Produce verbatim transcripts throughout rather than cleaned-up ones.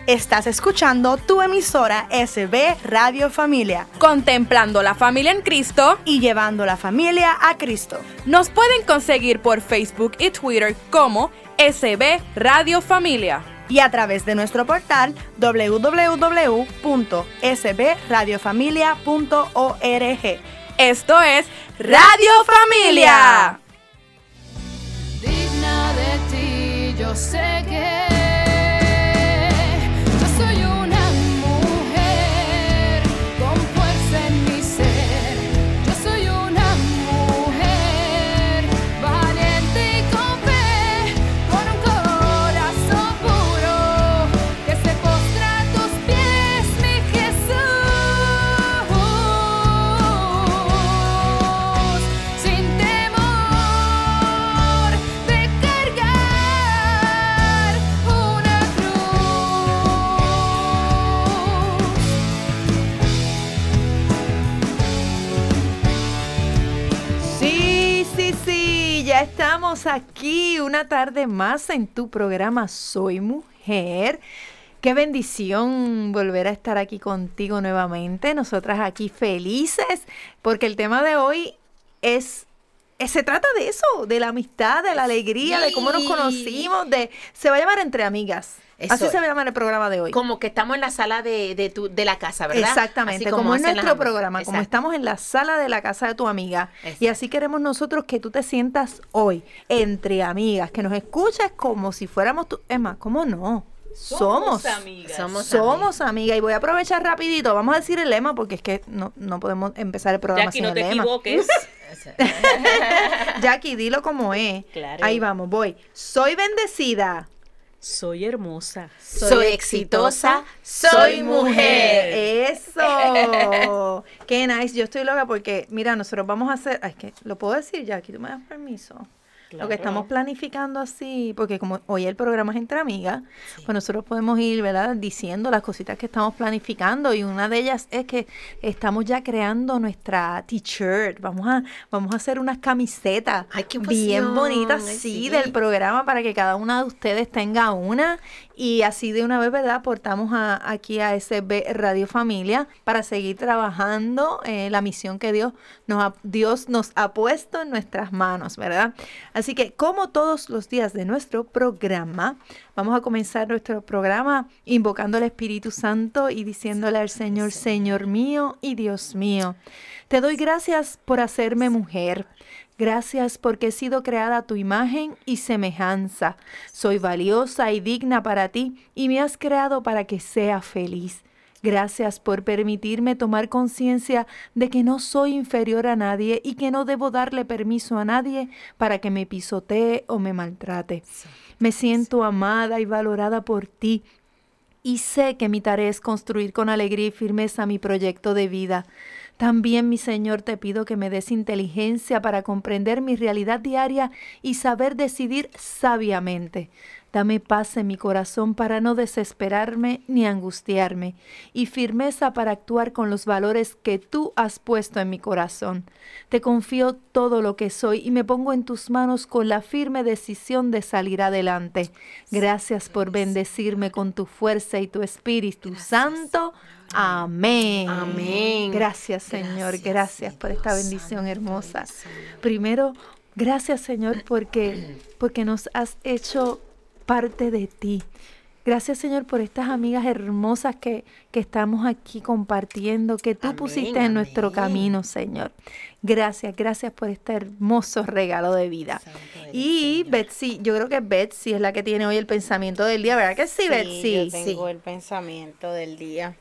Estás escuchando tu emisora S B Radio Familia, contemplando la familia en Cristo y llevando la familia a Cristo. Nos pueden conseguir por Facebook y Twitter como S B Radio Familia y a través de nuestro portal doble u doble u doble u punto s b radio familia punto org. Esto es Radio Familia. Digna de ti, yo sé que estamos aquí una tarde más en tu programa Soy Mujer. Qué bendición volver a estar aquí contigo nuevamente. Nosotras aquí felices porque el tema de hoy es, es se trata de eso, de la amistad, de la alegría, sí. de cómo nos conocimos, de se va a llamar Entre Amigas. Eso Así es. Se va a llamar el programa de hoy. Como que estamos en la sala de, de, tu, de la casa, ¿verdad? Exactamente, como, como es nuestro programa, Exacto. como estamos en la sala de la casa de tu amiga. Exacto. Y así queremos nosotros que tú te sientas hoy entre amigas, que nos escuches como si fuéramos tú. Emma, ¿cómo no? Somos, somos amigas. Somos, somos amigas. Y voy a aprovechar rapidito, vamos a decir el lema porque es que no, no podemos empezar el programa Jackie, sin no el te lema. equivoques. Jackie, dilo como es. Claro. Ahí vamos, voy. Soy bendecida. Soy hermosa. Soy, soy exitosa. Soy mujer. Eso. Qué nice. Yo estoy loca porque, mira, nosotros vamos a hacer... Ay, es que lo puedo decir, Jackie, tú me das permiso. Claro. Lo que estamos planificando así, porque como hoy el programa es Entre Amigas, sí. pues nosotros podemos ir, ¿verdad?, diciendo las cositas que estamos planificando, y una de ellas es que estamos ya creando nuestra t-shirt. Vamos a, vamos a hacer unas camisetas Ay, qué bien bonitas, Ay, sí, sí, del programa para que cada una de ustedes tenga una. Y así de una vez, ¿verdad?, aportamos a, aquí a S B Radio Familia para seguir trabajando eh, la misión que Dios nos, ha, Dios nos ha puesto en nuestras manos, ¿verdad? Así que, como todos los días de nuestro programa, vamos a comenzar nuestro programa invocando al Espíritu Santo y diciéndole al Señor, Señor mío y Dios mío, te doy gracias por hacerme mujer. Gracias porque he sido creada a tu imagen y semejanza. Soy valiosa y digna para ti y me has creado para que sea feliz. Gracias por permitirme tomar conciencia de que no soy inferior a nadie y que no debo darle permiso a nadie para que me pisotee o me maltrate. Me siento amada y valorada por ti y sé que mi tarea es construir con alegría y firmeza mi proyecto de vida. También, mi Señor, te pido que me des inteligencia para comprender mi realidad diaria y saber decidir sabiamente. Dame paz en mi corazón para no desesperarme ni angustiarme, y firmeza para actuar con los valores que tú has puesto en mi corazón. Te confío todo lo que soy y me pongo en tus manos con la firme decisión de salir adelante. Gracias por bendecirme con tu fuerza y tu Espíritu Gracias. Santo. Amén. Amén. Gracias, Señor. Gracias, gracias por esta bendición hermosa. Primero, gracias, Señor, porque, porque nos has hecho parte de ti. Gracias, Señor, por estas amigas hermosas que, que estamos aquí compartiendo, que tú amén, pusiste en amén. Nuestro camino, Señor. Gracias, gracias por este hermoso regalo de vida. Y Señor. Betsy, yo creo que Betsy es la que tiene hoy el pensamiento del día, ¿verdad que sí, sí Betsy? Yo tengo sí. el pensamiento del día.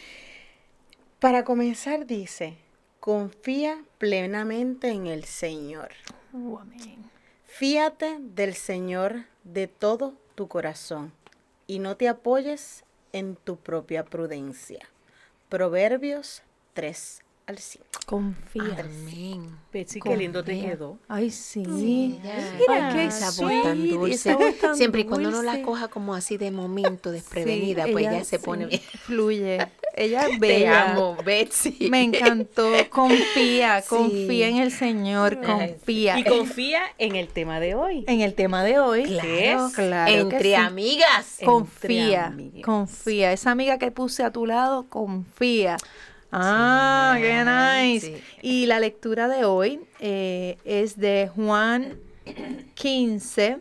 Para comenzar, dice, confía plenamente en el Señor. Oh, amén. Fíate del Señor de todo tu corazón y no te apoyes en tu propia prudencia. Proverbios tres al cinco. Confía. Amén. Betsy, qué lindo te quedó. Ay, sí. sí Mira, qué esa voz tan dulce. Voz tan Siempre y cuando dulce. uno la coja como así de momento, desprevenida, sí, pues ella se pone sí, bien. Fluye. Ella es Te bella. amo, Betsy. Me encantó. Confía, Sí. confía en el Señor, confía. Y confía en el tema de hoy. En el tema de hoy. Claro, claro que entre sí. amigas. Confía, Entre amigas. confía. Esa amiga que puse a tu lado, confía. Ah, Sí, qué nice. sí. Y la lectura de hoy eh, es de Juan quince.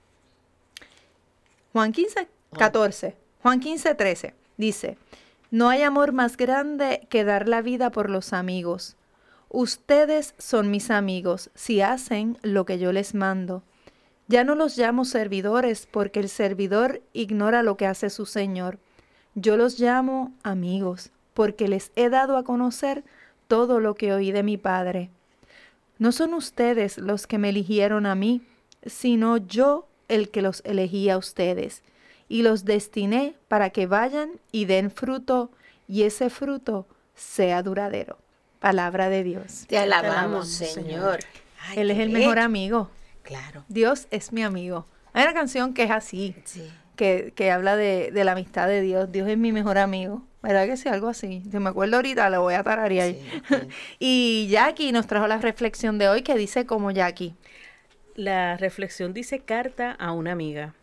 Juan quince, catorce. Juan quince, trece. Dice, no hay amor más grande que dar la vida por los amigos. Ustedes son mis amigos si hacen lo que yo les mando. Ya no los llamo servidores porque el servidor ignora lo que hace su señor. Yo los llamo amigos porque les he dado a conocer todo lo que oí de mi Padre. No son ustedes los que me eligieron a mí, sino yo el que los elegí a ustedes, y los destiné para que vayan y den fruto, y ese fruto sea duradero. Palabra de Dios. Te alabamos, alabamos, Señor. Señor. Ay, Él es qué el mejor bello. amigo. Claro. Dios es mi amigo. Hay una canción que es así, Sí. que, que habla de, de la amistad de Dios. Dios es mi mejor amigo. ¿Verdad que sí? Algo así. Si me acuerdo ahorita, lo voy a tararear. Sí, sí. Y Jackie nos trajo la reflexión de hoy que dice como Jackie. La reflexión dice carta a una amiga.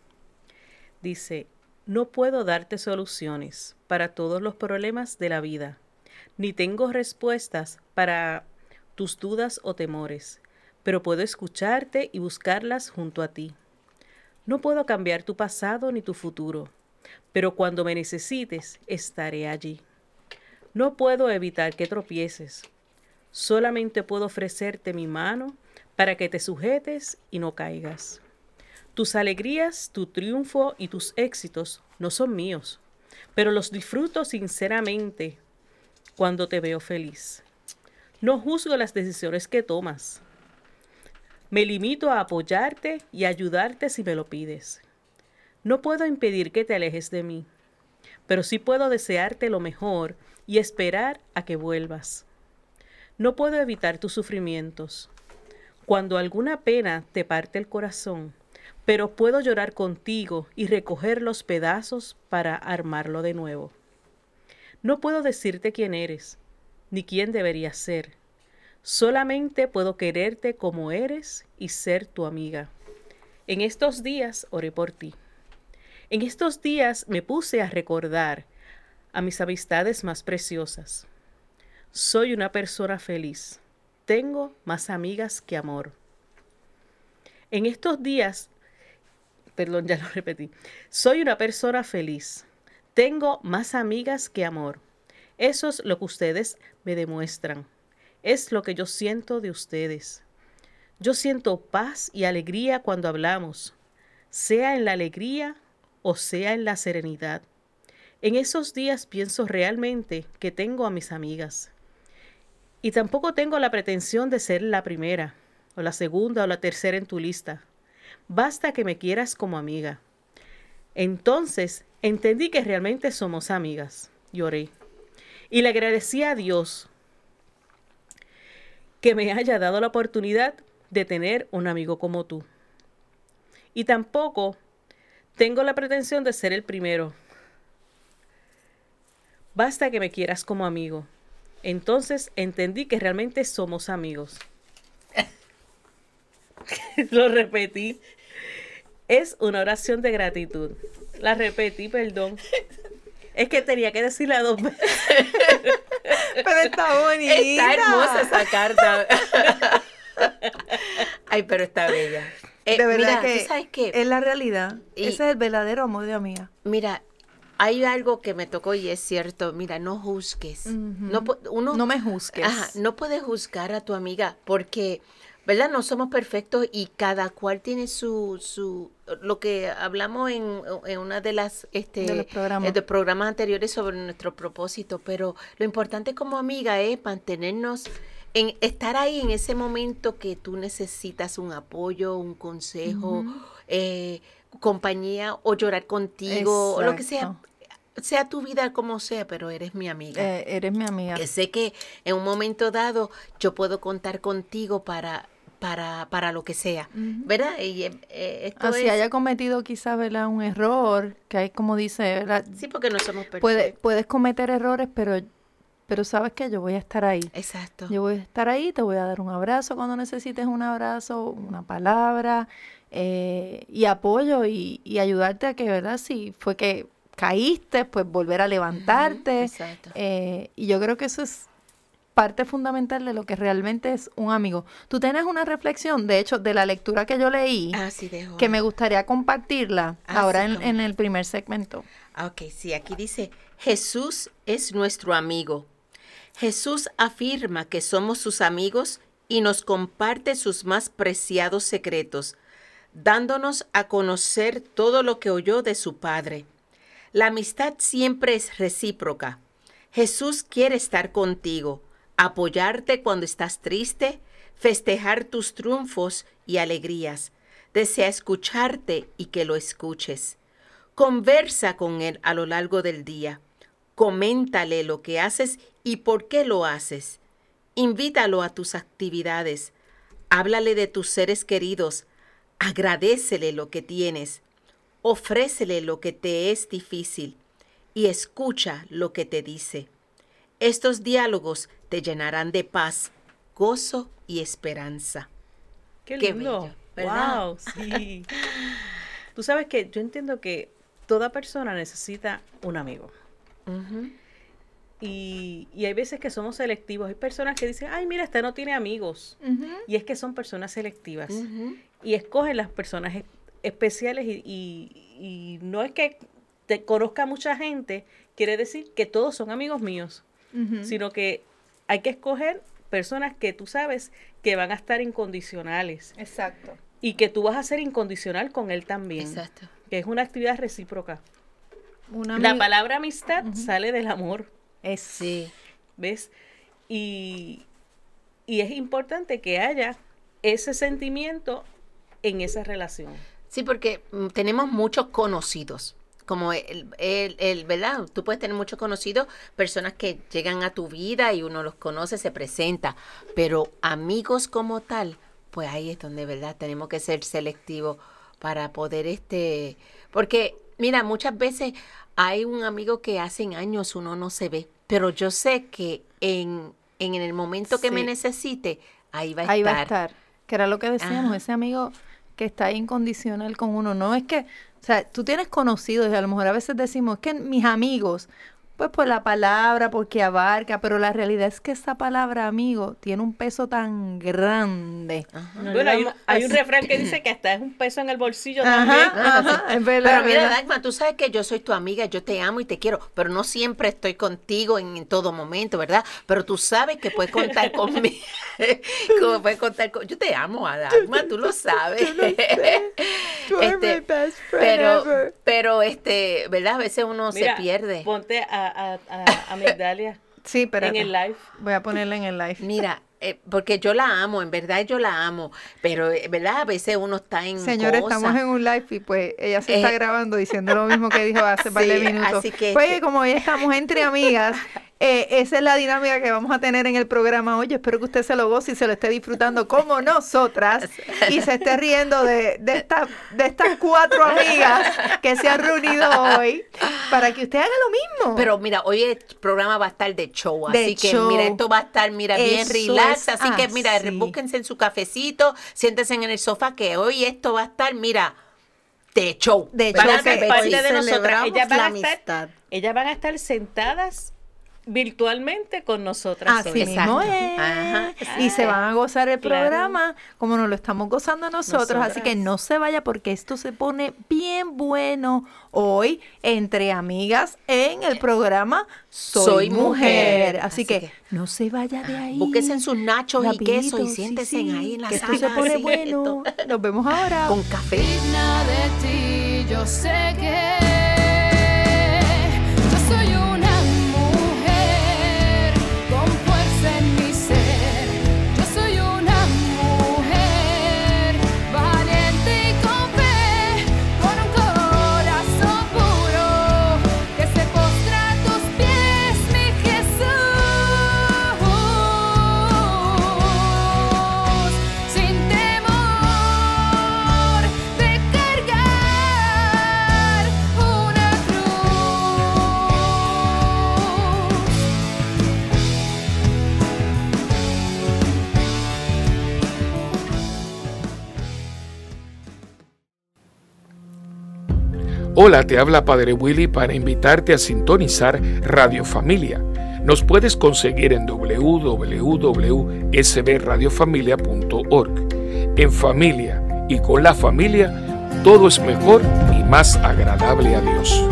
Dice, no puedo darte soluciones para todos los problemas de la vida, ni tengo respuestas para tus dudas o temores, pero puedo escucharte y buscarlas junto a ti. No puedo cambiar tu pasado ni tu futuro, pero cuando me necesites, estaré allí. No puedo evitar que tropieces, solamente puedo ofrecerte mi mano para que te sujetes y no caigas. Tus alegrías, tu triunfo y tus éxitos no son míos, pero los disfruto sinceramente cuando te veo feliz. No juzgo las decisiones que tomas. Me limito a apoyarte y ayudarte si me lo pides. No puedo impedir que te alejes de mí, pero sí puedo desearte lo mejor y esperar a que vuelvas. No puedo evitar tus sufrimientos. Cuando alguna pena te parte el corazón, pero puedo llorar contigo y recoger los pedazos para armarlo de nuevo. No puedo decirte quién eres, ni quién deberías ser. Solamente puedo quererte como eres y ser tu amiga. En estos días oré por ti. En estos días me puse a recordar a mis amistades más preciosas. Soy una persona feliz. Tengo más amigas que amor. En estos días, perdón, ya lo repetí. Soy una persona feliz. Tengo más amigas que amor. Eso es lo que ustedes me demuestran. Es lo que yo siento de ustedes. Yo siento paz y alegría cuando hablamos, sea en la alegría o sea en la serenidad. En esos días pienso realmente que tengo a mis amigas. Y tampoco tengo la pretensión de ser la primera, o la segunda o la tercera en tu lista. Basta que me quieras como amiga. Entonces entendí que realmente somos amigas. Lloré. Y le agradecí a Dios que me haya dado la oportunidad de tener un amigo como tú. Y tampoco tengo la pretensión de ser el primero. Basta que me quieras como amigo. Entonces entendí que realmente somos amigos. Lo repetí. Es una oración de gratitud. La repetí, perdón. Es que tenía que decirla dos veces. Pero está bonita. Está hermosa esa carta. Ay, pero está bella. Eh, De verdad mira, que ¿tú sabes qué? es la realidad. Y- Ese es el verdadero amor de amiga. Mira, hay algo que me tocó y es cierto. Mira, no juzgues. no, pu- uno, No me juzgues. Ajá, no puedes juzgar a tu amiga porque, ¿verdad? No somos perfectos y cada cual tiene su, su lo que hablamos en, en una de las este, De los programas. eh, de programas anteriores sobre nuestro propósito, pero lo importante como amiga es mantenernos en estar ahí en ese momento que tú necesitas un apoyo, un consejo, eh, compañía o llorar contigo o lo que sea. Exacto. Sea tu vida como sea, pero eres mi amiga. Eh, eres mi amiga. Que sé que en un momento dado yo puedo contar contigo para, para, para lo que sea, ¿verdad? Y eh, esto Así es, haya cometido quizás, ¿verdad?, un error, que hay, como dice, ¿verdad? sí, porque no somos perfectos. Puede, puedes cometer errores, pero, pero sabes que yo voy a estar ahí. Exacto. Yo voy a estar ahí, te voy a dar un abrazo cuando necesites un abrazo, una palabra, eh, y apoyo y, y ayudarte a que, ¿verdad? Si fue que caíste, pues volver a levantarte. Exacto. Eh, y yo creo que eso es parte fundamental de lo que realmente es un amigo. Tú tienes una reflexión, de hecho, de la lectura que yo leí, Ah, sí, dejo. que me gustaría compartirla Ah, ahora sí, en, cómo en el primer segmento. Ah, ok, sí, aquí dice, Jesús es nuestro amigo. Jesús afirma que somos sus amigos y nos comparte sus más preciados secretos, dándonos a conocer todo lo que oyó de su Padre. La amistad siempre es recíproca. Jesús quiere estar contigo, apoyarte cuando estás triste, festejar tus triunfos y alegrías. Desea escucharte y que lo escuches. Conversa con él a lo largo del día. Coméntale lo que haces y por qué lo haces. Invítalo a tus actividades. Háblale de tus seres queridos. Agradécele lo que tienes. Ofrécele lo que te es difícil y escucha lo que te dice. Estos diálogos te llenarán de paz, gozo y esperanza. Qué Qué lindo. bello, ¿verdad? Wow, sí. Tú sabes que yo entiendo que toda persona necesita un amigo. Ujú. Y, y hay veces que somos selectivos. Hay personas que dicen, ay, mira, esta no tiene amigos. Y es que son personas selectivas. Ujú. Y escogen las personas es- especiales y, y- y no es que te conozca mucha gente, quiere decir que todos son amigos míos, sino que hay que escoger personas que tú sabes que van a estar incondicionales Exacto. y que tú vas a ser incondicional con él también, Exacto. que es una actividad recíproca. Una La amiga- palabra amistad sale del amor, es Sí. ¿ves? Y, y es importante que haya ese sentimiento en esa relación. Sí, porque mm, tenemos muchos conocidos. Como el, el, el, ¿verdad? Tú puedes tener muchos conocidos, personas que llegan a tu vida y uno los conoce, se presenta. Pero amigos como tal, pues ahí es donde, ¿verdad? Tenemos que ser selectivos para poder, este... Porque, mira, muchas veces hay un amigo que hace años uno no se ve, pero yo sé que en, en el momento que me Sí. necesite, ahí va a ahí estar. va a estar. Que era lo que decíamos, Ajá. ese amigo que está incondicional con uno. No es que, o sea, tú tienes conocidos y a lo mejor a veces decimos, es que mis amigos, pues por la palabra, porque abarca, pero la realidad es que esa palabra amigo tiene un peso tan grande. No Bueno, le hay, un- damos- hay un refrán que dice que hasta es un peso en el bolsillo Ajá, también. ajá, es verdad. Pero mira, ¿verdad? Dagmar, tú sabes que yo soy tu amiga, yo te amo y te quiero, pero no siempre estoy contigo en, en todo momento, ¿verdad? Pero tú sabes que puedes contar conmigo. Como puedes contar con... Yo te amo, a Dagmar, tú lo sabes. Tú eres Este, my best friend pero, ever. pero, este, ¿verdad? A veces uno Mira, se pierde. Ponte a, a, a, a Migdalia Sí, pero en el live. voy a ponerla en el live. Mira, eh, porque yo la amo, en verdad yo la amo, pero, eh, ¿verdad? A veces uno está en Señores, cosas. estamos en un live y pues ella se está Eh, grabando diciendo lo mismo que dijo hace par de sí, minutos. así que Pues este- como hoy estamos entre amigas, eh, esa es la dinámica que vamos a tener en el programa hoy. Yo espero que usted se lo goce y se lo esté disfrutando como nosotras y se esté riendo de, de, esta- de estas cuatro amigas que se han reunido hoy para que usted haga lo mismo. Pero mira, hoy el programa va a estar de show, De así que show. mira, esto va a estar, mira, bien Eso relax, es así que mira, así. búsquense en su cafecito, siéntense en el sofá, que hoy esto va a estar, mira, de show. De Van show, a ser que parte hoy de nosotras. celebramos Ellas van, la a estar, amistad. ellas van a estar sentadas virtualmente con nosotras Así hoy. mismo Exacto. es. Ajá, Y se van a gozar el Claro. programa como nos lo estamos gozando nosotros. Así que Nosotras. no se vaya porque esto se pone bien bueno hoy entre amigas en el programa Soy, Soy Mujer. Mujer. Así, Así que, que- no se vaya de ahí. Búsquense en sus nachos y queso y Rapidito, sí, siéntense sí, ahí en la que sala. esto se pone así, bueno. esto, Nos vemos ahora. con café. Digna de ti, yo sé que yo soy una mujer con fuerza en mi ser. Yo soy una mujer valiente y con fe, con un corazón puro que se postra a tus pies, mi Jesús. Sin Hola, te habla Padre Willy para invitarte a sintonizar Radio Familia. Nos puedes conseguir en doble u doble u doble u punto s b radio familia punto org. En familia y con la familia, todo es mejor y más agradable a Dios.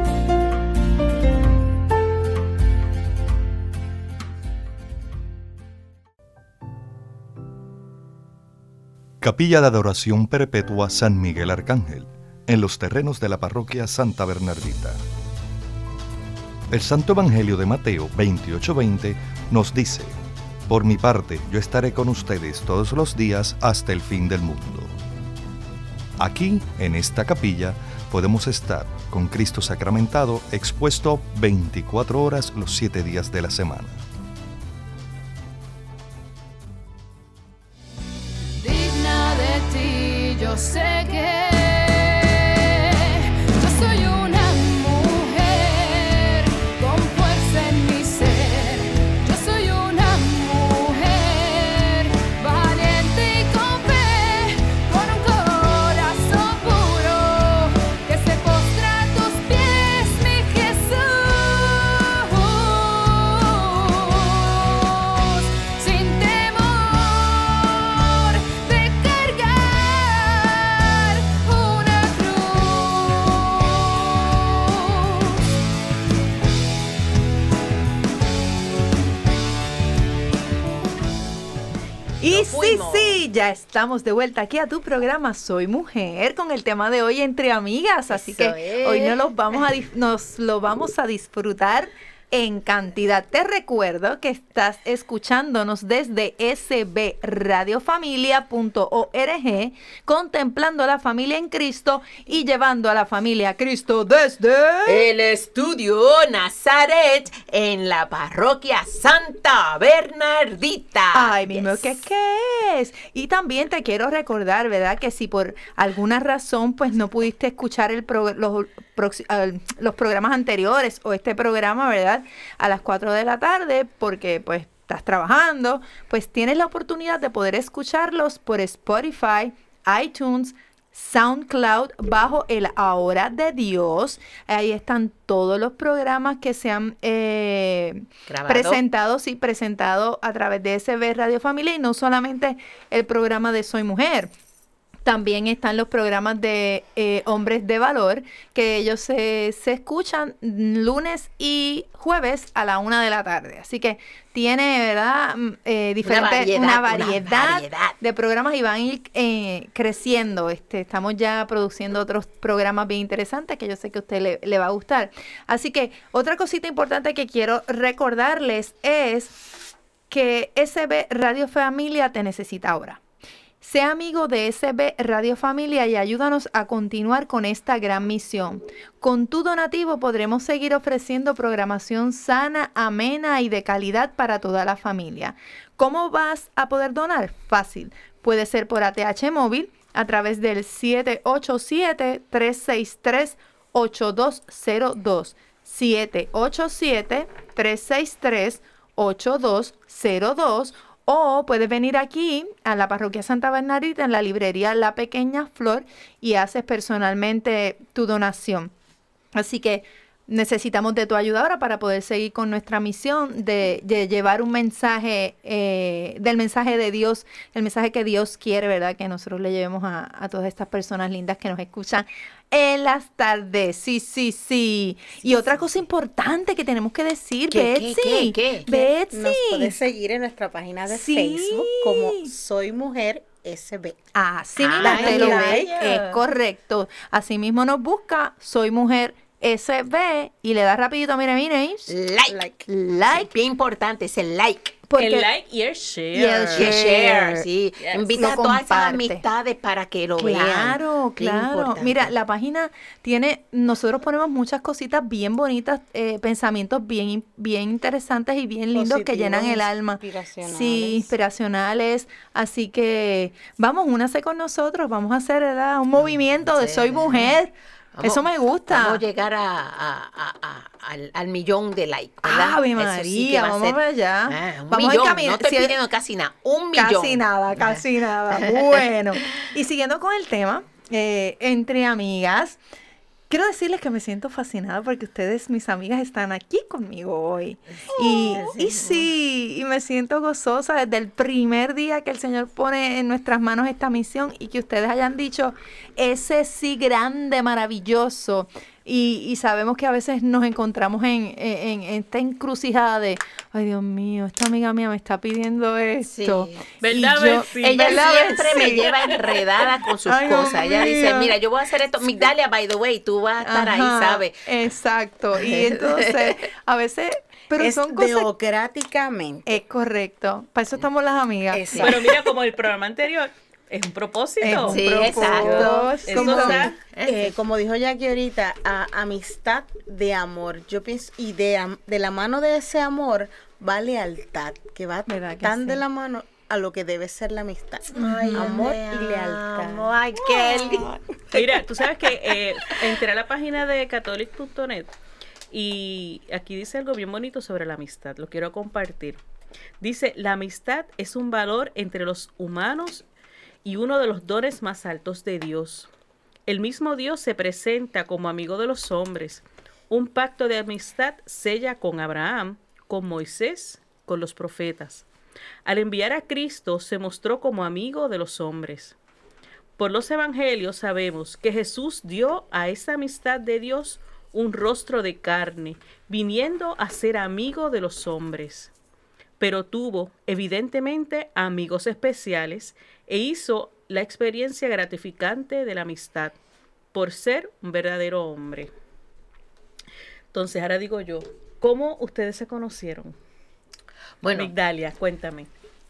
Capilla de Adoración Perpetua San Miguel Arcángel, en los terrenos de la parroquia Santa Bernardita. El Santo Evangelio de Mateo veintiocho veinte nos dice: por mi parte, yo estaré con ustedes todos los días hasta el fin del mundo. Aquí, en esta capilla, podemos estar con Cristo sacramentado expuesto veinticuatro horas los siete días de la semana. Digna de ti, yo sé que yo soy una mujer con fuerza en mi ser. Yo soy una mujer valiente y con fe, con un corazón puro que se postra a tus pies, mi Jesús, sin temor de cargar una Y Nos sí, fuimos. sí, ya estamos de vuelta aquí a tu programa Soy Mujer con el tema de hoy Entre Amigas, así Eso que es. hoy nos, los vamos a dif- nos lo vamos a disfrutar en cantidad. Te recuerdo que estás escuchándonos desde s b radio familia punto org, contemplando a la familia en Cristo y llevando a la familia a Cristo desde... El estudio Nazaret en la parroquia Santa Bernardita. Ay, mi Yes. ¿qué, ¿qué es? Y también te quiero recordar, ¿verdad? Que si por alguna razón pues no pudiste escuchar el pro- los, proxi- al- los programas anteriores o este programa, ¿verdad? A las cuatro de la tarde, porque pues estás trabajando, pues tienes la oportunidad de poder escucharlos por Spotify, iTunes, SoundCloud, bajo el Ahora de Dios. Ahí están todos los programas que se han eh, Grabado. presentado, sí, presentado a través de S B Radio Familia, y no solamente el programa de Soy Mujer. También están los programas de eh, Hombres de Valor, que ellos se, se escuchan lunes y jueves a la una de la tarde. Así que tiene, ¿verdad? Mm, eh, diferente, variedad, una una variedad, variedad. de programas, y van a ir eh, creciendo. Este, estamos ya produciendo otros programas bien interesantes que yo sé que a usted le, le va a gustar. Así que otra cosita importante que quiero recordarles es que S B Radio Familia te necesita ahora. Sea amigo de S B Radio Familia y ayúdanos a continuar con esta gran misión. Con tu donativo podremos seguir ofreciendo programación sana, amena y de calidad para toda la familia. ¿Cómo vas a poder donar? Fácil. Puede ser por A T H móvil a través del siete ocho siete, tres seis tres, ocho dos cero dos. siete ocho siete, tres seis tres, ocho dos cero dos. O puedes venir aquí a la parroquia Santa Bernardita, en la librería La Pequeña Flor, y haces personalmente tu donación. Así que necesitamos de tu ayuda ahora para poder seguir con nuestra misión de, de llevar un mensaje, eh, del mensaje de Dios, el mensaje que Dios quiere, ¿verdad? Que nosotros le llevemos a, a todas estas personas lindas que nos escuchan en las tardes. Sí, sí, sí. Y otra cosa importante que tenemos que decir, ¿Qué, qué, Betsy. qué, qué? Betsy. Nos puedes seguir en nuestra página de Sí. Facebook como Soy Mujer S B. Así Ah, mismo usted lo ve, vaya. es correcto. Así mismo nos busca Soy Mujer S B y le da rapidito, mire, mire, Like. Like. like, Bien importante, es el like. porque el like y el share. Y el Y share. el share, sí. Yes. Invita Lo a todas esas comparte. amistades para que lo vean. Claro, Bien claro. importante. Mira, la página tiene, nosotros ponemos muchas cositas bien bonitas, eh, pensamientos bien, bien interesantes y bien lindos que Positivos, llenan el alma. inspiracionales. Sí, inspiracionales. Así que vamos, únase con nosotros, vamos a hacer, ¿verdad? Un movimiento de Sí. Soy Mujer. Vamos- Eso me gusta. Vamos a llegar a, a- a- a- al, al millón de likes, ¿verdad? Ave Eso sí María, que va a vamos ser- para allá. Ah, un Vamos a ir millón, cami- no estoy si- pidiendo casi nada, un millón. Casi nada, casi nada. Bueno, y siguiendo con el tema, eh, entre amigas, quiero decirles que me siento fascinada porque ustedes, mis amigas, están aquí conmigo hoy. Y, y sí, y me siento gozosa desde el primer día que el Señor pone en nuestras manos esta misión y que ustedes hayan dicho, ese sí grande, maravilloso. Y, y sabemos que a veces nos encontramos en, en, en esta encrucijada de, ay Dios mío, esta amiga mía me está pidiendo esto. Sí. ¿Verdad, Y yo- Betsy? Ella ¿verdad, siempre me Betsy? lleva enredada con sus Ay, Dios cosas. Ella dice, mío. mira, yo voy a hacer esto. Migdalia, by the way, tú vas a estar ahí, Ajá, ¿sabes? Exacto. Y entonces, a veces, pero es son cosas... democráticamente. Es correcto. Para eso estamos las amigas. Exacto. Pero mira, como el programa anterior, es un propósito. Es un Sí, propósito. exacto. Eso Como- está- Eh, como dijo Jackie ahorita, a- amistad de amor. Yo pienso, y de, am- de la mano de ese amor va lealtad, que va ¿Verdad que tan sí? de la mano a lo que debe ser la amistad. Ay, amor te y lealtad. amo. Ay, Kelly. Mira, tú sabes que eh, entré a la página de catholic punto net y aquí dice algo bien bonito sobre la amistad. Lo quiero compartir. Dice, la amistad es un valor entre los humanos y uno de los dones más altos de Dios. El mismo Dios se presenta como amigo de los hombres. Un pacto de amistad sella con Abraham, con Moisés, con los profetas. Al enviar a Cristo se mostró como amigo de los hombres. Por los evangelios sabemos que Jesús dio a esa amistad de Dios un rostro de carne, viniendo a ser amigo de los hombres. Pero tuvo, evidentemente, amigos especiales e hizo la experiencia gratificante de la amistad por ser un verdadero hombre. Entonces, ahora digo yo, ¿cómo ustedes se conocieron? Bueno, Migdalia, cuéntame.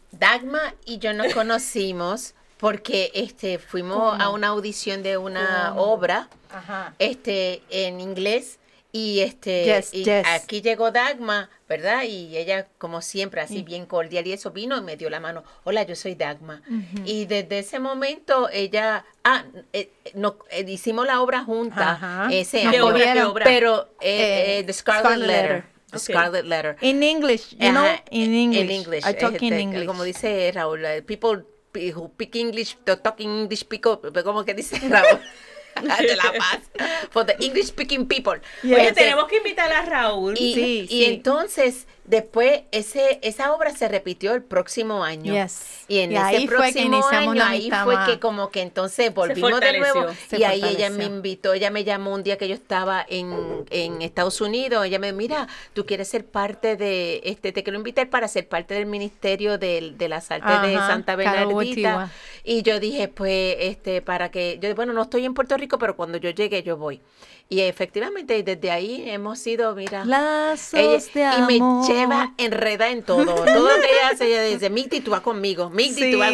Dagma y yo nos conocimos porque este fuimos ¿Cómo? a una audición de una ¿Cómo? obra Ajá. este en inglés y este Yes, y yes. aquí llegó Dagma, ¿verdad? Y ella como siempre así bien cordial y eso vino y me dio la mano. Hola, yo soy Dagma. Y desde ese momento ella ah eh, no eh, hicimos la obra juntas Ajá. ese Nos ¿Qué año, obra, qué cogieron. obra? pero eh, Eh, eh, The Scarlet, Scarlet Letter. Letter. The Ok. Scarlet Letter. In English, you know, Ajá, in English. En English. I talk in este, English. Como dice Raúl, eh, people pe- who speak English, the talking English, people, ¿cómo que dice Raúl? De La Paz. For the English speaking people. Oye, Este, tenemos que invitar a Raúl. y, Sí, y sí. entonces, después, ese esa obra se repitió el próximo año. Yes. Y en Y ese ahí fue que próximo iniciamos año, la ahí amistad fue más. que como que entonces volvimos de fortaleció. nuevo. Se Y ahí ella fortaleció. me invitó, ella me llamó un día que yo estaba en, en Estados Unidos. Ella me dijo, mira, tú quieres ser parte de, este te quiero invitar para ser parte del ministerio del- de, las artes de Ajá, Santa Carabobo, Bernardita. Chihuahua. Y yo dije, pues, este, para que, yo, bueno, no estoy en Puerto Rico, pero cuando yo llegue, yo voy. Y efectivamente, desde ahí hemos sido, mira, Lazos ella, de y me amor. lleva enreda en todo. Todo lo que ella hace, ella dice, Migdi, tú vas conmigo, Migdi, tú vas.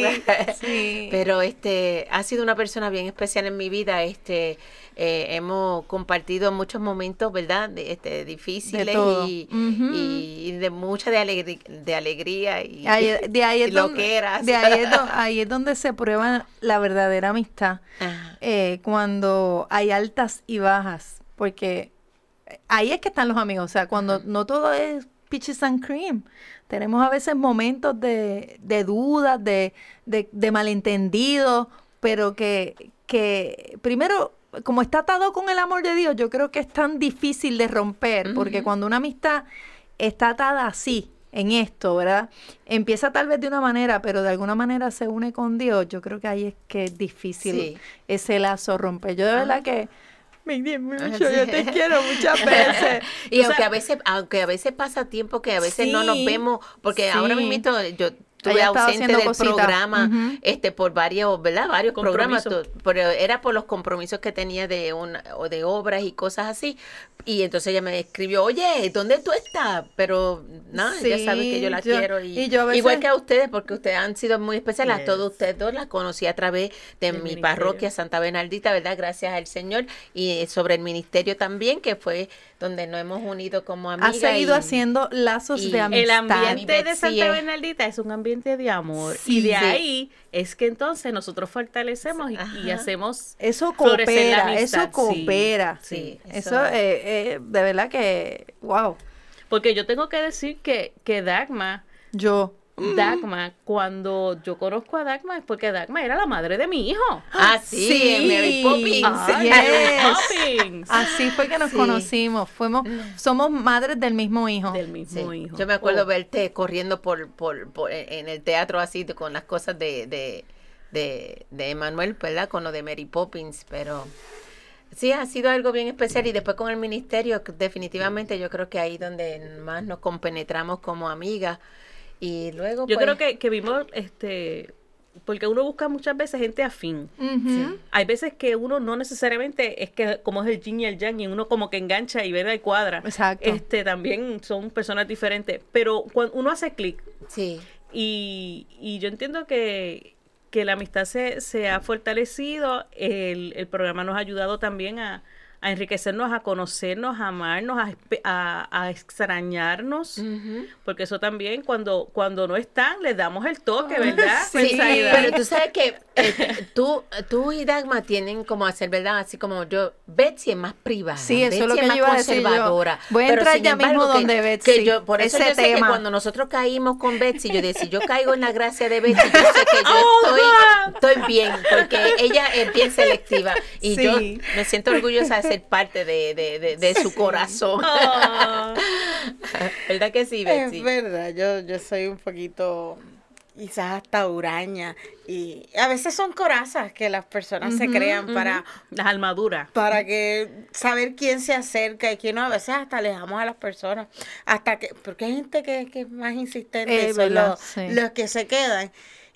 sí. Pero este, ha sido una persona bien especial en mi vida. Este, eh, hemos compartido muchos momentos, ¿verdad? De, este, difíciles De todo. y, Ujú. y de mucha de, alegri- de alegría y, Ahí- de ahí es y donde, loqueras. de ahí es do- ahí es donde se prueba la verdadera amistad. Ajá. eh, cuando hay altas y bajas, porque ahí es que están los amigos, o sea, cuando no todo es peaches and cream, tenemos a veces momentos de, de dudas, de, de, de malentendidos, pero que, que primero, como está atado con el amor de Dios, yo creo que es tan difícil de romper, porque cuando una amistad está atada así, en esto, ¿verdad? Empieza tal vez de una manera, pero de alguna manera se une con Dios. Yo creo que ahí es que es difícil Sí. ese lazo romper. Yo de verdad que me di mucho, Sí. yo te quiero muchas veces. Y O sea, aunque a veces, aunque a veces pasa tiempo que a veces no nos Sí, vemos, porque sí. ahora mismo yo estuve Ella estaba ausente haciendo del cositas. programa Ujú. este por varios, ¿verdad? Varios programas, Compromisos. to- pero era por los compromisos que tenía de una o de obras y cosas así. Y entonces ella me escribió, "Oye, ¿dónde tú estás?" Pero nada, ella Sí, sabe que yo la yo- quiero y, y yo a veces- igual que a ustedes, porque ustedes han sido muy especiales, a Yes. todos ustedes dos las conocí a través de Del mi ministerio. parroquia Santa Bernardita, ¿verdad? Gracias al Señor, y sobre el ministerio también, que fue donde nos hemos unido como ha amigas. seguido y- haciendo lazos y de el amistad. El ambiente de Betsy Santa es- Bernardita es un ambiente de amor. Sí, y de sí. ahí es que entonces nosotros fortalecemos y, y Ajá. hacemos Eso florecer la coopera, eso amistad, sí. coopera. Sí, Eso, eso- eh, eh, de verdad que, wow. Porque yo tengo que decir que, que Dagma Yo, Dagma, cuando yo conozco a Dagma es porque Dagma era la madre de mi hijo. Ah, sí, Sí. Mary Poppins. Ah, Yes. Mary Poppins. Así fue que nos Sí. conocimos. Fuimos, somos madres del mismo hijo. Del mismo Sí. hijo. Yo me acuerdo Oh. verte corriendo por, por, por- en el teatro así de- con las cosas de de de, de Emanuel, ¿verdad? Con lo de Mary Poppins, pero sí ha sido algo bien especial y después con el ministerio que definitivamente yo creo que ahí donde más nos compenetramos como amigas y luego Yo pues, creo que, que vimos, este, porque uno busca muchas veces gente afín. Ujú. Hay veces que uno no necesariamente es que como es el yin y el yang y uno como que engancha y ve y cuadra. Exacto. Este, también son personas diferentes, pero cuando uno hace clic sí. y, y yo entiendo que, que la amistad se, se ha fortalecido, el, el programa nos ha ayudado también a, a enriquecernos, a conocernos, a amarnos, a, espe- a, a extrañarnos, Ujú. porque eso también cuando, cuando no están les damos el toque, ¿verdad? Sí, Pensaida? pero tú sabes que eh, tú, tú y Dagma tienen como hacer, ¿verdad? Así como yo, Betsy es más privada. Sí, eso es Betsy lo que más yo iba a decir yo. conservadora. Voy a Pero, entrar sin ya embargo, mismo que- donde que Betsy, yo, por eso ese yo sé que tema. cuando nosotros caímos con Betsy, yo decía, yo caigo en la gracia de Betsy, yo sé que yo Oh, estoy, estoy bien, porque ella es bien selectiva y Sí. yo me siento orgullosa de ser parte de, de, de, de su corazón. Oh. ¿Verdad que sí, Betsy? Es verdad, yo, yo soy un poquito, quizás hasta huraña. Y a veces son corazas que las personas se crean para, Las armaduras. para que saber quién se acerca y quién no. A veces hasta alejamos a las personas. Hasta que, porque hay gente que, que es más insistente, Eh, son verdad, los, sí. los que se quedan.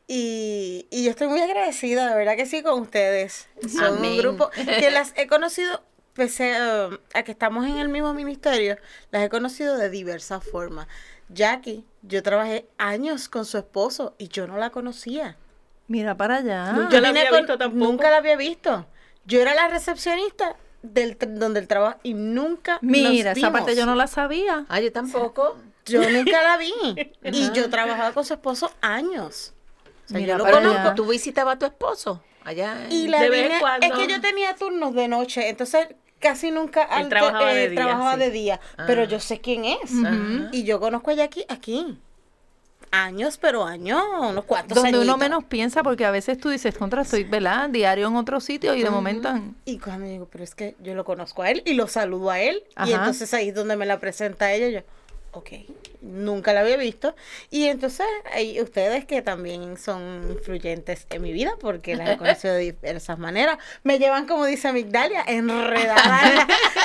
Y, y yo estoy muy agradecida, de verdad que sí, con ustedes. Son Amén. un grupo que las he conocido, pese uh, a que estamos en el mismo ministerio, las he conocido de diversas formas. Jackie, yo trabajé años con su esposo y yo no la conocía. Mira para allá. Yo Yo la vine había con- visto tampoco. Nunca la había visto. Yo era la recepcionista del tr- donde él trabaja y nunca Mira, nos esa parte yo vimos. no la sabía. Ah, yo tampoco. Yo nunca la vi. Y yo trabajaba con su esposo años. O sea, Mira yo lo para conozco. allá. ¿Tú visitabas a tu esposo allá? en- Y la De vez en vine- cuando. es que yo tenía turnos de noche, entonces casi nunca Él ante- trabajaba de eh, día, trabajaba sí. de día, Ah. pero yo sé quién es. Ajá. Y yo conozco a Jackie aquí. Años, pero años, unos cuantos Donde uno añitos. menos piensa, porque a veces tú dices, contra, estoy, ¿verdad? Diario en otro sitio y de momento en- Y cuando digo, pero es que yo lo conozco a él y lo saludo a él. Y Ajá. entonces ahí es donde me la presenta a ella. Y yo, ok, nunca la había visto. Y entonces hay ustedes que también son influyentes en mi vida porque las he conocido de diversas maneras. Me llevan, como dice Migdalia, enredada.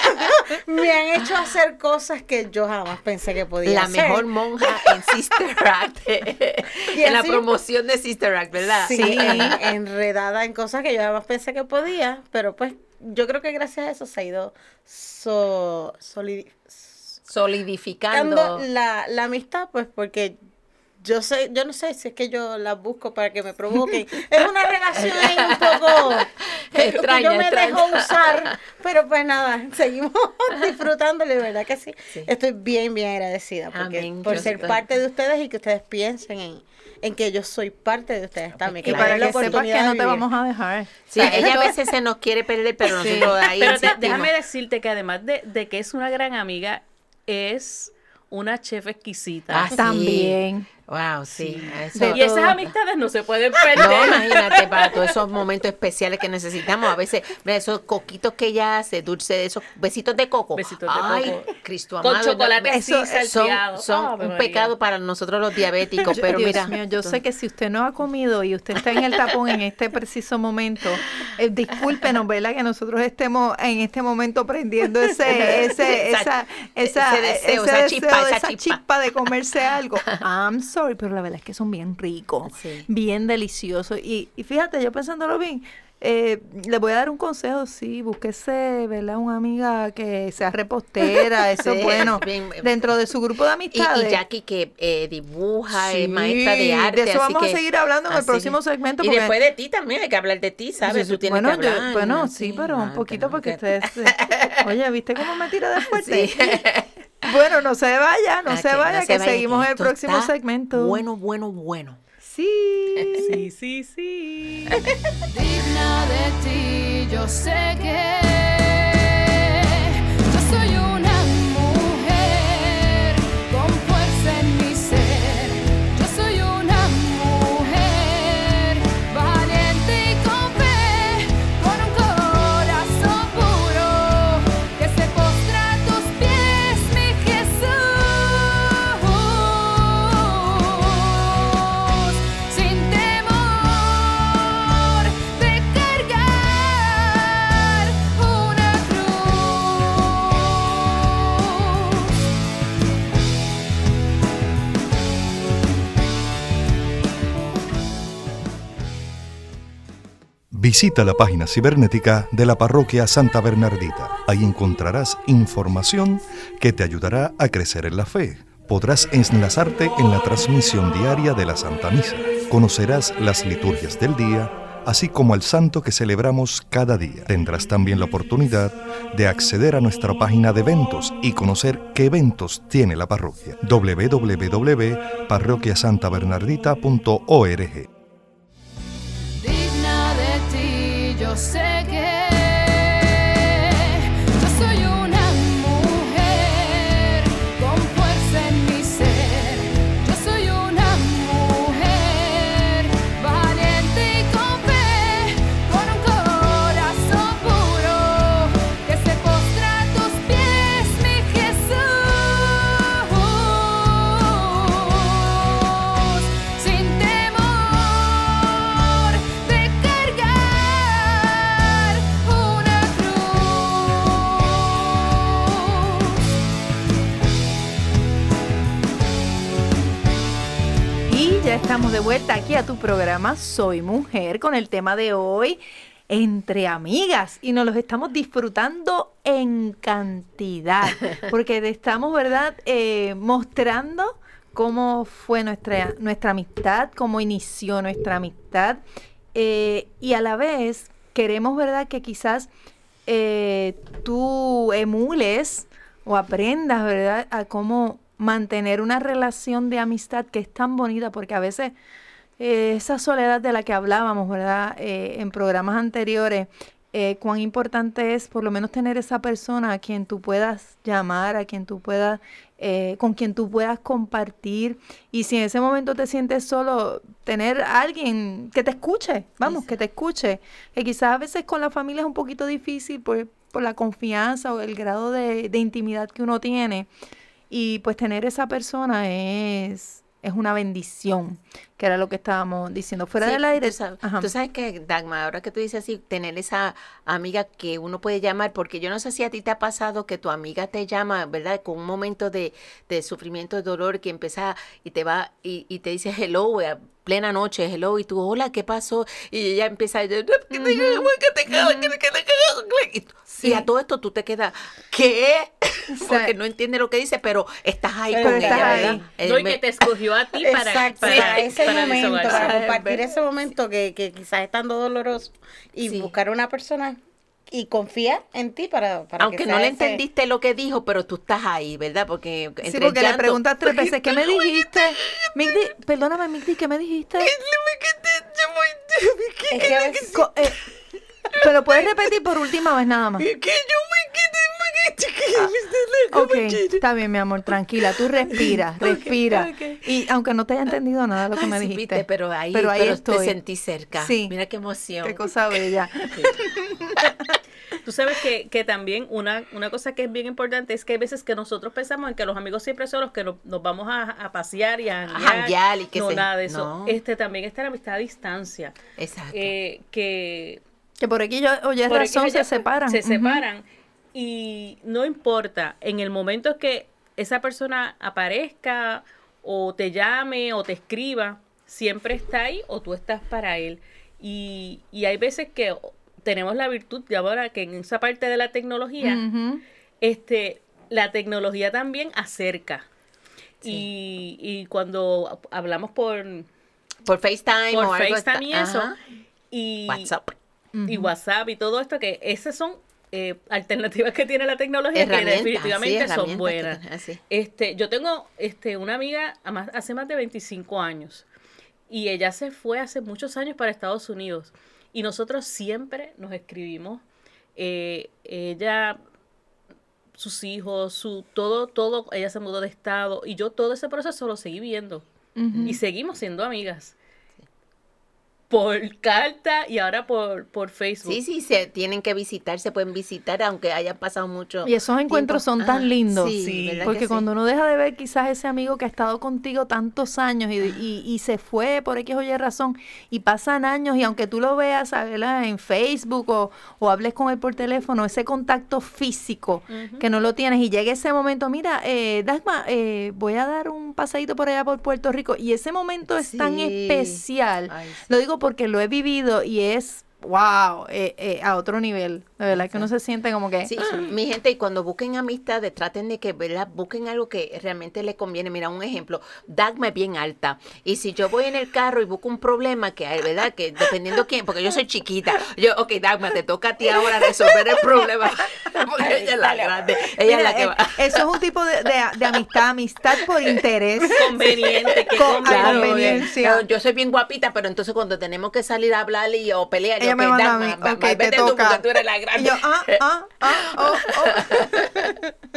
Me han hecho hacer cosas que yo jamás pensé que podía La hacer. mejor monja en Sister Act. Y En la así- promoción de Sister Act, ¿verdad? Sí, en- enredada en cosas que yo jamás pensé que podía, pero pues yo creo que gracias a eso se ha ido so, solidi- Solidificando. dando la, la amistad, pues porque yo sé, yo no sé si es que yo las busco para que me provoquen. Es una relación ahí un poco que, que Extraña, yo me extraña. dejo usar, pero pues nada, seguimos disfrutándole, ¿verdad que sí? Sí. Estoy bien, bien agradecida porque Amén, por yo ser estoy. parte de ustedes y que ustedes piensen en, en que yo soy parte de ustedes también. y me para den la que sepas que oportunidad de no te vivir. vamos a dejar. Sí, O sea, ella a esto- veces se nos quiere perder, pero Sí. nosotros ahí Pero te- insistimos. déjame decirte que además de, de que es una gran amiga, es una chef exquisita. Ah, sí. También. Wow, sí. eso- De Y esas todo. amistades no se pueden perder. No, imagínate, para todos esos momentos especiales que necesitamos. A veces, mira, esos coquitos que ella hace, dulce, esos besitos de coco. Besitos de Ay, coco. Cristo Con amado. chocolate no, así son, salteado. son Ave un María. pecado para nosotros los diabéticos, pero Dios mira. mío, yo sé que si usted no ha comido y usted está en el tapón en este preciso momento, eh, discúlpenos, ¿verdad? Que nosotros estemos en este momento prendiendo ese, ese, esa, esa, Ese deseo, esa deseo chispa, de esa esa chispa. chispa de comerse algo. I'm sorry, pero la verdad es que son bien ricos, Sí. bien deliciosos. Y, y fíjate, yo pensándolo bien, eh, le voy a dar un consejo, sí, búsquese, ¿verdad? Una amiga que sea repostera, eso Sí, es bueno, bien, eh, dentro de su grupo de Y, amistades. y Jackie que eh, dibuja, Sí, es maestra de arte. de eso así vamos a que- seguir hablando en el así próximo que- segmento, Y porque- después de ti también hay que hablar de ti, ¿sabes? Sí, Tú tienes bueno, que yo- hablar. bueno, ¿no? sí, pero un ah, poquito que no, porque que- ustedes... se- Oye, ¿viste cómo me tira de fuerte? Sí. Bueno, no se vaya, no Ah, se que vaya, no que se vaya, seguimos en el esto próximo está segmento. Bueno, bueno, bueno. Sí. Sí, sí, sí. Digna de ti, yo sé que yo soy una mujer con fuerza en mi ser. Yo soy Visita la página cibernética de la Parroquia Santa Bernardita. Ahí encontrarás información que te ayudará a crecer en la fe. Podrás enlazarte en la transmisión diaria de la Santa Misa. Conocerás las liturgias del día, así como el santo que celebramos cada día. Tendrás también la oportunidad de acceder a nuestra página de eventos y conocer qué eventos tiene la parroquia. doble u doble u doble u punto parroquia santa bernardita punto org. Digna de ti, yo sé que yo soy una mujer con fuerza en mi ser. Yo soy una mujer valiente y con fe, con un corazón puro que se postra a tus pies, mi Jesús, sin temor de cargar una cruz. Y ya estamos de vuelta aquí a tu programa Soy Mujer con el tema de hoy, Entre Amigas, y nos los estamos disfrutando en cantidad, porque te estamos, ¿verdad?, eh, mostrando cómo fue nuestra, nuestra amistad, cómo inició nuestra amistad, eh, y a la vez queremos, ¿verdad?, que quizás eh, tú emules o aprendas, ¿verdad?, a cómo mantener una relación de amistad que es tan bonita, porque a veces eh, esa soledad de la que hablábamos, ¿verdad?, eh, en programas anteriores, eh, cuán importante es por lo menos tener esa persona a quien tú puedas llamar, a quien tú puedas, eh, con quien tú puedas compartir, y si en ese momento te sientes solo, tener a alguien que te escuche, vamos, que te escuche, que quizás a veces con la familia es un poquito difícil por, por la confianza o el grado de, de intimidad que uno tiene, y pues tener esa persona es, es una bendición, que era lo que estábamos diciendo. Fuera Sí, del aire. Tú sabes, Ajá. tú sabes que, Dagmar, ahora que tú dices así, tener esa amiga que uno puede llamar, porque yo no sé si a ti te ha pasado que tu amiga te llama, ¿verdad?, con un momento de, de sufrimiento, de dolor, que empieza y te va y, y te dice hello, a plena noche, hello, y tú, hola, ¿qué pasó? Y ella empieza a decir, ¿qué te cago, que te cago, que te cago? Y tú- Sí. Y a todo esto tú te quedas, ¿qué? sea, Porque no entiendes lo que dice, pero estás ahí Pero con estás ella, ahí. ¿verdad? Eh, No, y me- que te escogió a ti para, Exacto, para, para ese para momento, desahogarse. para compartir ese momento que, que quizás es tan doloroso y Sí. buscar una persona y confiar en ti para, para Aunque que no sea le ese- entendiste lo que dijo, pero tú estás ahí, ¿verdad? Porque entre Sí, porque le llanto- preguntas tres veces, ¿qué me dijiste? Migdi, perdóname, Migdi, ¿qué me dijiste? Es que a veces- Co- eh, pero puedes repetir por última vez nada más. Ah, ok, está bien, mi amor, tranquila, tú respira, respira. Y aunque no te haya entendido nada de lo que Ay, me sí, dijiste, viste, pero ahí, pero ahí pero estoy. te sentí cerca. Sí. Mira qué emoción. Qué cosa bella. Tú sabes que, que también una, una cosa que es bien importante es que hay veces que nosotros pensamos en que los amigos siempre son los que nos, nos vamos a, a pasear y a A janguear. janguear y qué No, sé- nada de eso. no. Este también está la amistad a distancia. Exacto. Eh, que Que por aquí yo oye por razón X o Y, se pues, separan. Se Ujú. separan. Y no importa, en el momento que esa persona aparezca o te llame o te escriba, siempre está ahí o tú estás para él. Y, y hay veces que tenemos la virtud de ahora que en esa parte de la tecnología, Ujú. este, la tecnología también acerca. Y, y cuando hablamos por, Por FaceTime por o algo. FaceTime y está- eso, Ajá. y WhatsApp. y WhatsApp y todo esto, que esas son eh, alternativas que tiene la tecnología Herramientas, que definitivamente sí, son herramientas buenas. que- así. Este, yo tengo este, una amiga a más- hace más de veinticinco años y ella se fue hace muchos años para Estados Unidos y nosotros siempre nos escribimos. Eh, ella, sus hijos, su todo, todo, ella se mudó de estado y yo todo ese proceso lo seguí viendo Ujú. y seguimos siendo amigas. Por carta y ahora por, por Facebook. Sí, sí, se tienen que visitar, se pueden visitar aunque hayan pasado mucho Y esos encuentros tiempo. son tan Ajá, lindos. sí, Sí, ¿verdad Porque que sí? cuando uno deja de ver quizás ese amigo que ha estado contigo tantos años y, y, y se fue por X o Y razón y pasan años y aunque tú lo veas, ¿verdad?, en Facebook o, o hables con él por teléfono, ese contacto físico que no lo tienes y llega ese momento, mira, eh, Dagmar, eh, voy a dar un paseíto por allá por Puerto Rico y ese momento es tan Sí. especial. Ay, sí. Lo digo porque lo he vivido y es wow, eh, eh, a otro nivel. De verdad que uno se siente como que... Sí, mi gente, y cuando busquen amistades, traten de que, ¿verdad? Busquen algo que realmente les conviene. Mira, un ejemplo, Dagma es bien alta. Y si yo voy en el carro y busco un problema que hay, ¿verdad? Que dependiendo quién, porque yo soy chiquita, yo, ok, Dagma, te toca a ti ahora resolver el problema. Porque ella es la grande, ella Mira, es la que eh, va. Eso es un tipo de, de, de amistad, amistad por interés. Conveniente, que Con- conveniente. a conveniencia. Claro, yo soy bien guapita, pero entonces cuando tenemos que salir a hablar y, o pelear, Ella yo, me ok, manda a Dagma, mí, va- ok, va- te vete tú toca. porque tú eres la Y grande. yo, ah, ah, ah, oh, oh.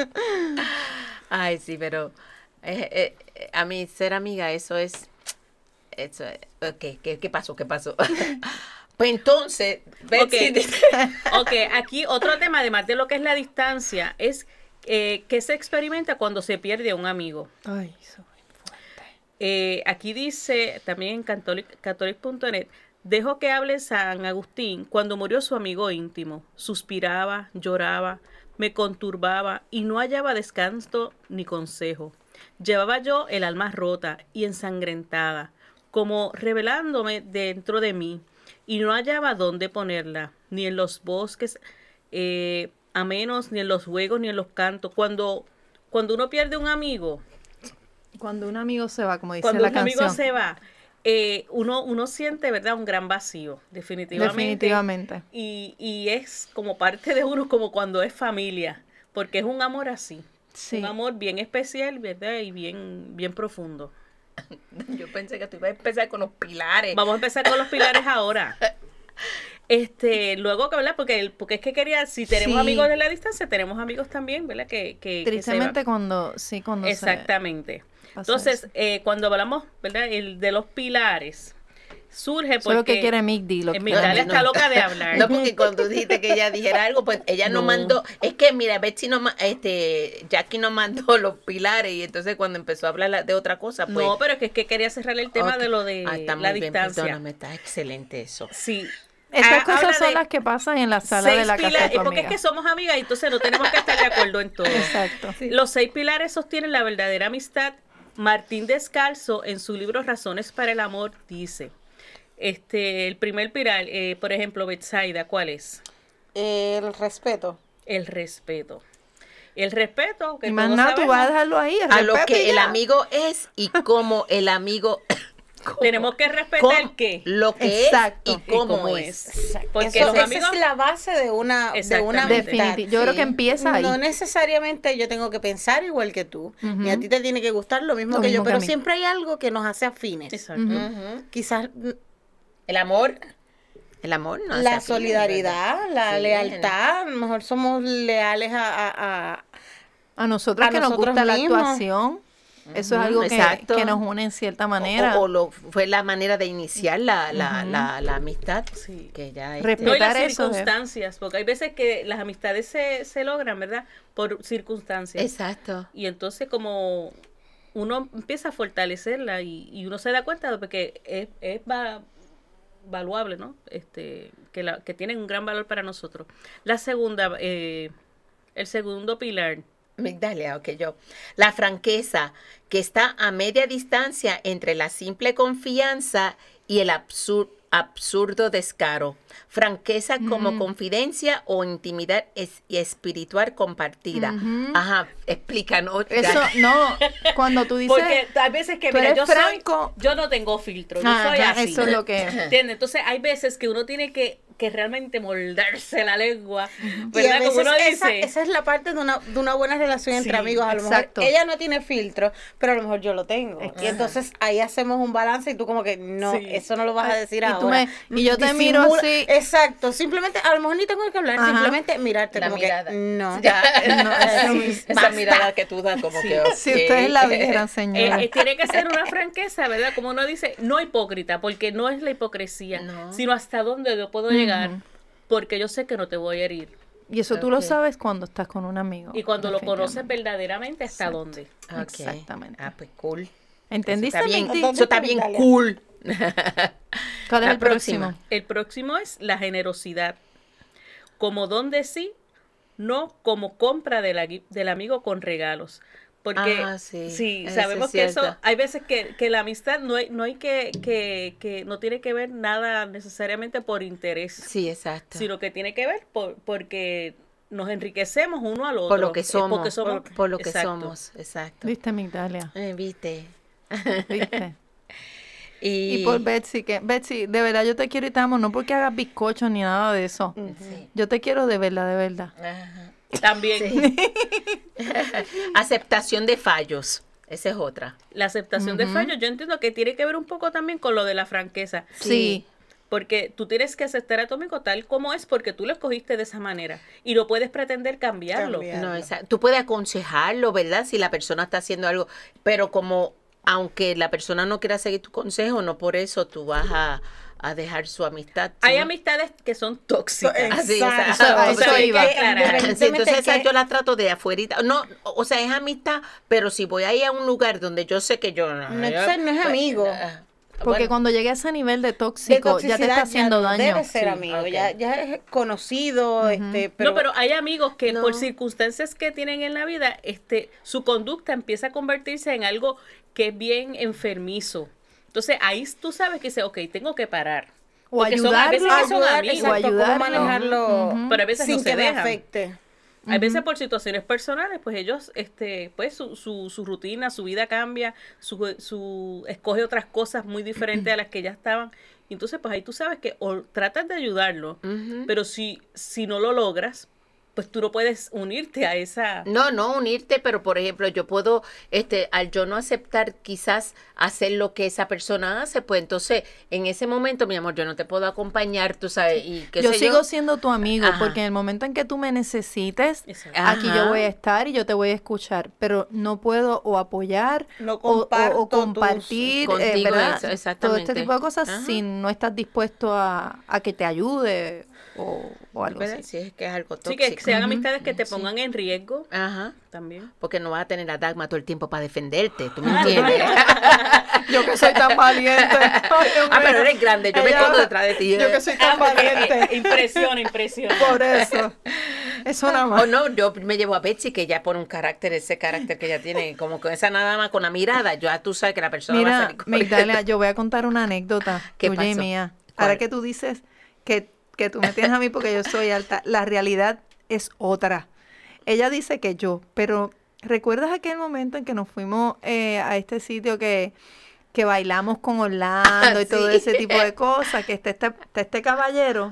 Ay, sí, pero eh, eh, eh, a mí ser amiga, eso es, eso es, ok, ¿qué, qué pasó? ¿Qué pasó? Pues entonces, Betsy, Ok. dice- Ok, aquí otro tema, además de lo que es la distancia, es eh, que se experimenta cuando se pierde un amigo. Ay, eso es fuerte. Eh, aquí dice, también en catholic punto net, dejo que hable San Agustín cuando murió su amigo íntimo. Suspiraba, lloraba, me conturbaba y no hallaba descanso ni consejo. Llevaba yo el alma rota y ensangrentada, como revelándome dentro de mí, y no hallaba dónde ponerla, ni en los bosques eh, amenos, ni en los juegos, ni en los cantos. Cuando, cuando uno pierde un amigo, Cuando un amigo se va, como dice cuando la un canción. amigo se va, eh, uno, uno siente, ¿verdad?, un gran vacío, definitivamente. Definitivamente. Y, y es como parte de uno, como cuando es familia, porque es un amor así. Sí. Un amor bien especial, ¿verdad? Y bien, bien profundo. yo pensé que tú ibas a empezar con los pilares. Vamos a empezar con los pilares ahora. Este, luego que hablar, porque, el- porque es que quería, si tenemos Sí. amigos de la distancia, tenemos amigos también, ¿verdad? Que, que, que se Tristemente van. cuando, sí, cuando se Exactamente. pasa Entonces, eso. eh, cuando hablamos, ¿verdad? El de los pilares, surge Eso es lo porque... que quiere Migdi. Lo eh, que Migdalia No, está no. loca de hablar. No, porque cuando dijiste que ella dijera algo, pues ella no, No. mandó. Es que, mira, Betsy no, ma- este, Jackie no mandó los pilares y entonces cuando empezó a hablar la- de otra cosa, pues. No, pero es que, es que quería cerrar el tema ok. de lo de Ah, está la muy bien, distancia. perdóname, está excelente eso. Sí. Estas Ah, cosas habla son de las que pasan en la sala seis de la casa pilares, de tu porque es amiga. que somos amigas y entonces no tenemos que estar de acuerdo en todo. Exacto. Los seis pilares sostienen la verdadera amistad. Martín Descalzo, en su libro Razones para el Amor, dice, este, el primer pilar, eh, por ejemplo, Betsaida, ¿cuál es? El respeto. El respeto. El respeto, que Y más todos nada, tú sabemos, vas a dejarlo ahí. el A lo respeto y que el ya. amigo es y cómo el amigo. cómo- tenemos que respetar cómo- qué Lo que Exacto. es y cómo, es. Porque Eso- los esa amigos... es la base de una, de una Exactamente. amistad. Definitivo. Yo creo que empieza ahí. No necesariamente yo tengo que pensar igual que tú, ni a ti te tiene que gustar lo mismo Lo que mismo yo, que a pero mí. siempre hay algo que nos hace afines. Exacto. Ujú. Ujú. Quizás mm, El amor. El amor, ¿no? la O sea, solidaridad, la Sí, lealtad, a lo mejor somos leales a, a- a- A nosotros a que nos nosotros gusta la mismos. actuación, eso es Ujú, algo que, exacto. que nos une en cierta manera. O, o lo, fue la manera de iniciar la, la, Ujú. la, la amistad. Sí. Que ya Respetar No, y las eso, ¿eh? circunstancias, porque hay veces que las amistades se, se logran, ¿verdad? Por circunstancias. Exacto. Y entonces como uno empieza a fortalecerla y, y uno se da cuenta de que es, es va- valuable, ¿no? Este, que, la, que tienen un gran valor para nosotros. La segunda, eh, el segundo pilar, Migdalia, ok, yo. La franqueza, que está a media distancia entre la simple confianza y el absur- absurdo descaro. Franqueza como Mm. confidencia o intimidad es- y espiritual compartida. Ujú. Ajá, explícanos. Eso, no, cuando tú dices... porque hay veces que, tú mira, eres yo soy, franco. yo no tengo filtro, yo Ajá, soy así. eso es lo que... ¿Entiendes? Entonces hay veces que uno tiene que, que realmente morderse la lengua, y ¿verdad? a Como veces uno esa, dice. esa es la parte de una, de una buena relación entre Sí, amigos. A lo exacto. mejor ella no tiene filtro, pero a lo mejor yo lo tengo. Exacto. Y entonces ahí hacemos un balance y tú como que no, Sí. eso no lo vas a decir Y tú ahora. me- y yo te miro Disimula- así. Exacto, simplemente, a lo mejor ni tengo que hablar, Ajá. simplemente mirarte La como mirada. que no. Ya, No, eso sí, mismo. esa mirada que tú das como Sí. que... Si ok. ustedes la vieran, Eh, señora. eh, tiene que ser una franqueza, ¿verdad? Como uno dice, no hipócrita, porque no es la hipocresía, No. sino hasta dónde yo puedo llegar, porque yo sé que no te voy a herir. Y eso tú lo Ok. sabes cuando estás con un amigo. Y cuando lo conoces definitivamente. verdaderamente, hasta Exacto. dónde. Ok. Exactamente. Ah, pues cool. ¿Entendiste, Eso está bien, Migdi? eso está bien Migdalia. cool. ¿Cuál es La el próximo? próxima. El próximo es la generosidad. Como don de sí, no como compra del, agui- del amigo con regalos. Porque Ah, sí, sí, eso sabemos es que eso, cierto. hay veces que, que la amistad no hay, no hay que, que, que no tiene que ver nada necesariamente por interés, Sí, exacto. sino que tiene que ver por, porque nos enriquecemos uno al otro. Por lo que eh, somos. porque somos Por, por lo que exacto. somos. Exacto. ¿Viste, Migdalia? Eh, ¿Viste? ¿Viste? Y, Y por Betsy, que Betsy, de verdad yo te quiero y te amo, no porque hagas bizcochos ni nada de eso. Sí. Yo te quiero de verdad, de verdad. Ajá. También Sí. Aceptación de fallos. Esa es otra. la aceptación de fallos, yo entiendo que tiene que ver un poco también con lo de la franqueza. Sí. Porque tú tienes que aceptar a tu amigo tal como es porque tú lo escogiste de esa manera y no puedes pretender cambiarlo. Cambiar. No, esa- tú puedes aconsejarlo, ¿verdad? Si la persona está haciendo algo, pero como aunque la persona no quiera seguir tu consejo, no por eso tú vas a, a dejar su amistad. Hay ¿sí? amistades que son tóxicas. Así, Exacto. exacto. A O eso sea, iba. que- Claro. Sí, entonces esa que- yo la trato de afuerita. No, o sea, es amistad, pero si voy ahí a un lugar donde yo sé que yo... No, entonces no es pues, amigo. ah, Porque bueno, cuando llegue a ese nivel de De tóxico, ya te toxicidad está haciendo no daño. Debe ser Sí, amigo, ok. ya, ya es conocido, este, pero, no, pero hay amigos que No. por circunstancias que tienen en la vida, este, su conducta empieza a convertirse en algo que es bien enfermizo. Entonces ahí tú sabes que dice, ok, tengo que parar. O Porque son- a veces ayudarlo, que son ayudar, amigos, exacto, cómo ayudarlo. manejarlo Ujú. pero a veces sin no se que me dejan. afecte. A veces por situaciones personales, pues ellos, este, pues su, su, su rutina, su vida cambia, su, su escoge otras cosas muy diferentes a las que ya estaban. Y entonces, pues ahí tú sabes que o tratas de ayudarlo, ujú. pero si, si no lo logras, pues tú no puedes unirte a esa... No, no unirte, pero por ejemplo, yo puedo, este, al yo no aceptar quizás hacer lo que esa persona hace, pues entonces en ese momento, mi amor, yo no te puedo acompañar, tú sabes, y qué Yo sé sigo yo. siendo tu amigo, Ajá. porque en el momento en que tú me necesites, Exacto. aquí yo Ajá. voy a estar y yo te voy a escuchar, pero no puedo o apoyar No o- o, comparto o tus- compartir, eh, Contigo ¿verdad? eso, Todo exactamente. este tipo de cosas Ajá. si no estás dispuesto a, a que te ayude o, o algo ¿Verdad? así. Si es que es algo Sí, tóxico. que sean Ujú. amistades que te Sí. pongan en riesgo Ajá. también. Porque no vas a tener a Dagma todo el tiempo para defenderte, ¿tú me entiendes? Yo que soy tan valiente. Ay, Dios Ah, pero mío. eres grande, yo me Ella- escondo detrás de ti. Yo que soy tan valiente. Impresiona, impresiona. Por eso. Eso nada más. O no, yo me llevo a Betsy que ella pone un carácter, ese carácter que ella tiene, como con esa nada más con la mirada, ya tú sabes que la persona va a Mira, salir corriendo. Migdalia, yo voy a contar una anécdota ¿Qué tuya y pasó? mía. ¿Cuál? Ahora que tú dices que, que tú me tienes a mí porque yo soy alta, la realidad es otra. Ella dice que yo, pero ¿recuerdas aquel momento en que nos fuimos eh, a este sitio que, que bailamos con Orlando y todo Sí. ese tipo de cosas? Que está este, está este caballero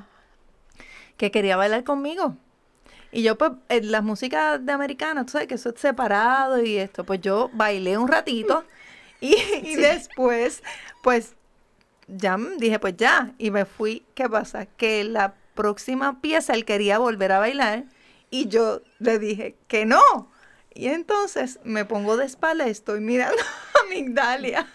que quería bailar conmigo. Y yo, pues, en las músicas de americanas, tú sabes que eso es separado y esto, pues yo bailé un ratito y, y después, pues, ya m- dije, pues ya, y me fui. ¿Qué pasa? Que la próxima pieza él quería volver a bailar y yo le dije que no. Y entonces me pongo de espalda, estoy mirando a Migdalia.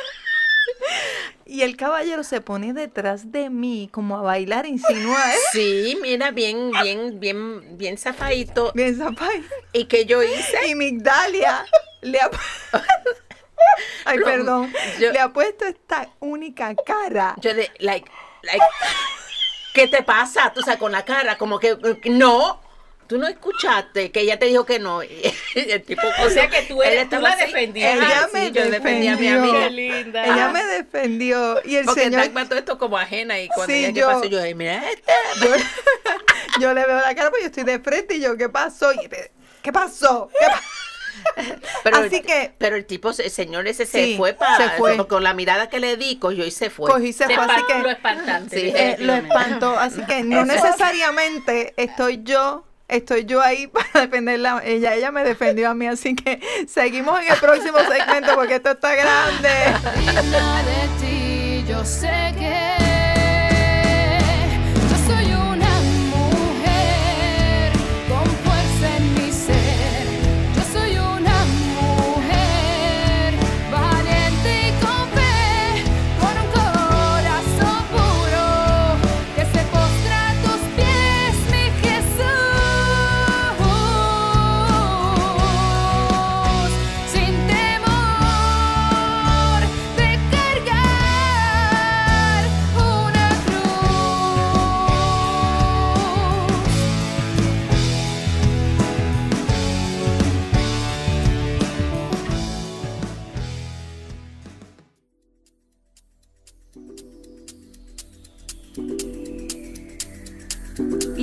Y el caballero se pone detrás de mí como a bailar, insinuar. Sí, mira, bien, bien, bien, bien zafadito. Bien zapay. ¿Y qué yo hice? Y Migdalia le ha... Ay, No, perdón. yo- Le ha puesto esta única cara. Yo le, like, like, ¿qué te pasa? Tú sabes, con la cara, como que, no, tú no escuchaste, que ella te dijo que no. Y el tipo, O sea que tú, él eres, tú estaba la así. defendías. Ella Ah, me sí, yo defendía a mi defendió. amiga. Qué linda. Ella me defendió. Y el Porque señor... Dagmar todo esto como ajena y cuando Sí, ella, ¿qué yo- pasó? Yo, ay, mira, esta. Yo, yo le veo la cara, pues yo estoy de frente y yo, ¿qué pasó? Y, ¿Qué pasó? ¿Qué pa-? Pero, Así el, que- pero el tipo, el señor ese Sí, se fue para, se fue. con la mirada que le di, cogió y se fue. Cogí, se Te fue, así espan- lo que... espantante. Sí. eh, lo definitivamente. espantó. Así que no necesariamente estoy yo... Estoy yo ahí para defenderla. Ella, ella me defendió a mí, así que seguimos en el próximo segmento porque esto está grande. Digna de ti, yo sé que yo soy una mujer con fuerza en mi ser. Yo soy una mujer valiente y con fe, con un corazón puro que se postra a tus pies, mi Jesús, sin temor de cargar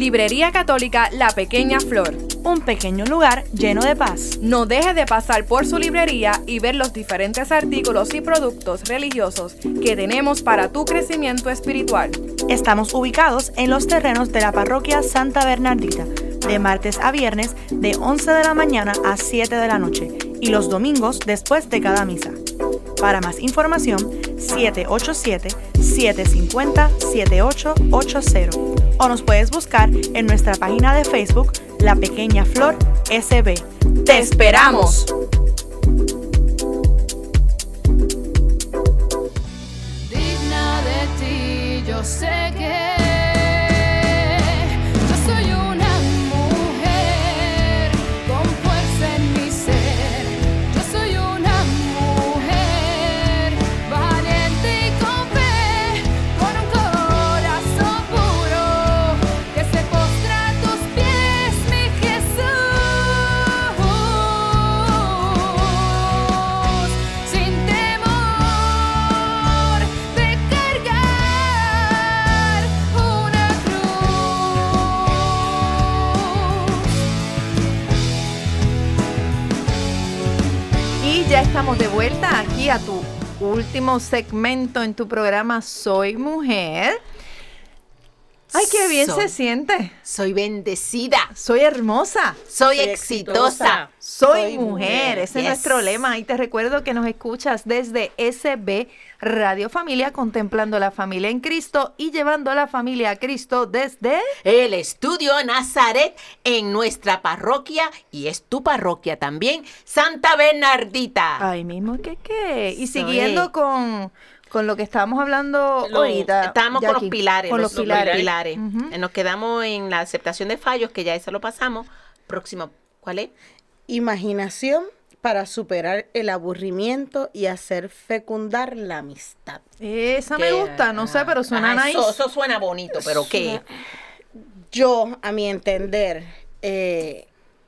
Librería Católica La Pequeña Flor. Un pequeño lugar lleno de paz. No dejes de pasar por su librería y ver los diferentes artículos y productos religiosos que tenemos para tu crecimiento espiritual. Estamos ubicados en los terrenos de la parroquia Santa Bernardita, de martes a viernes de once de la mañana a siete de la noche y los domingos después de cada misa. Para más información, siete ocho siete, siete cinco cero, siete ocho ocho cero o nos puedes buscar en nuestra página de Facebook La Pequeña Flor S B. ¡Te esperamos! Digna de ti, yo sé que yo soy una mujer con fuerza en mi ser. Yo soy una mujer valiente y con fe, con un corazón puro que se postra a tus pies, mi Jesús, sin temor de cargar una cruz. Y ya estamos de vuelta aquí a tu último segmento en tu programa Soy Mujer. Ay, qué bien Soy- se siente. Soy bendecida. Soy hermosa. Soy, Soy exitosa. exitosa. Soy, Soy mujer. mujer. Ese es Yes. nuestro lema. Y te recuerdo que nos escuchas desde S B Radio Familia, contemplando la familia en Cristo y llevando a la familia a Cristo desde... El Estudio Nazaret en nuestra parroquia, y es tu parroquia también, Santa Bernardita. Ay, mismo que qué. Y Soy- siguiendo con, con lo que estábamos hablando Lo- ahorita. Estábamos con Jackie, los pilares. Con los, pilares. pilares. Ujú. Eh, Nos quedamos en la aceptación de fallos, que ya eso lo pasamos. Próximo, ¿cuál es? Imaginación para superar el aburrimiento y hacer fecundar la amistad. Esa me Que- gusta, no sé, pero suena Ajá, nice. Eso, eso suena bonito, pero ¿qué? Yo, a mi entender, eh,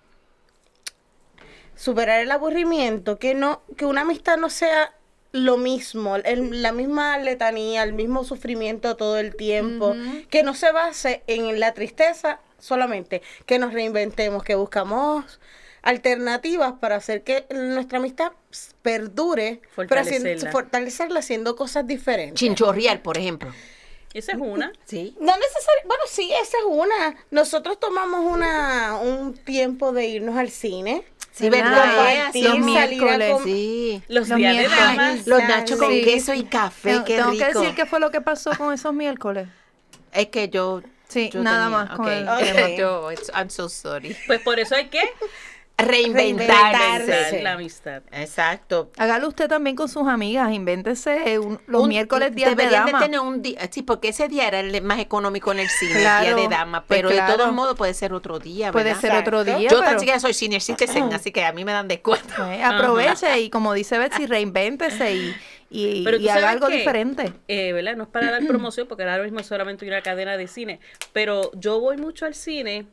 superar el aburrimiento, que no, que una amistad no sea lo mismo, el- la misma letanía, el mismo sufrimiento todo el tiempo, que no se base en la tristeza solamente, que nos reinventemos, que buscamos alternativas para hacer que nuestra amistad perdure, pero haciendo- Fortalecerla. fortalecerla haciendo cosas diferentes. Chinchorreal, por ejemplo. Esa es una. Sí. No necesariamente, bueno, sí, esa es una. Nosotros tomamos una un tiempo de irnos al cine. Sí, ¿Verdad? ¿verdad? Eh, Compartir, así. Los salir a miércoles. com- Sí. Los, Los días de miércoles. damas. Los nachos con Sí. queso y café, Tengo, qué tengo rico. que decir qué fue lo que pasó con esos miércoles. Es que yo... Sí, yo nada tenía- más con ok. el Ok. tema. Yo, it's- I'm so sorry. Pues por eso hay que Reinventarse. Reinventarse. la amistad. Exacto. Hágalo usted también con sus amigas, invéntese un- los Un- miércoles días de deberían dama. tener un día, sí, porque ese día era el más económico en el cine, Claro, el día de dama, pues pero de claro. todos modos puede ser otro día, Puede ¿verdad? ser otro Exacto. día, Yo tan pero siquiera soy senior citizen, así que a mí me dan descuento. pues, aproveche y como dice Betsy, reinvéntese y, y, Pero y tú haga sabes algo que, diferente. eh, ¿verdad? No es para dar promoción, porque ahora mismo es solamente una cadena de cine. Pero yo voy mucho al cine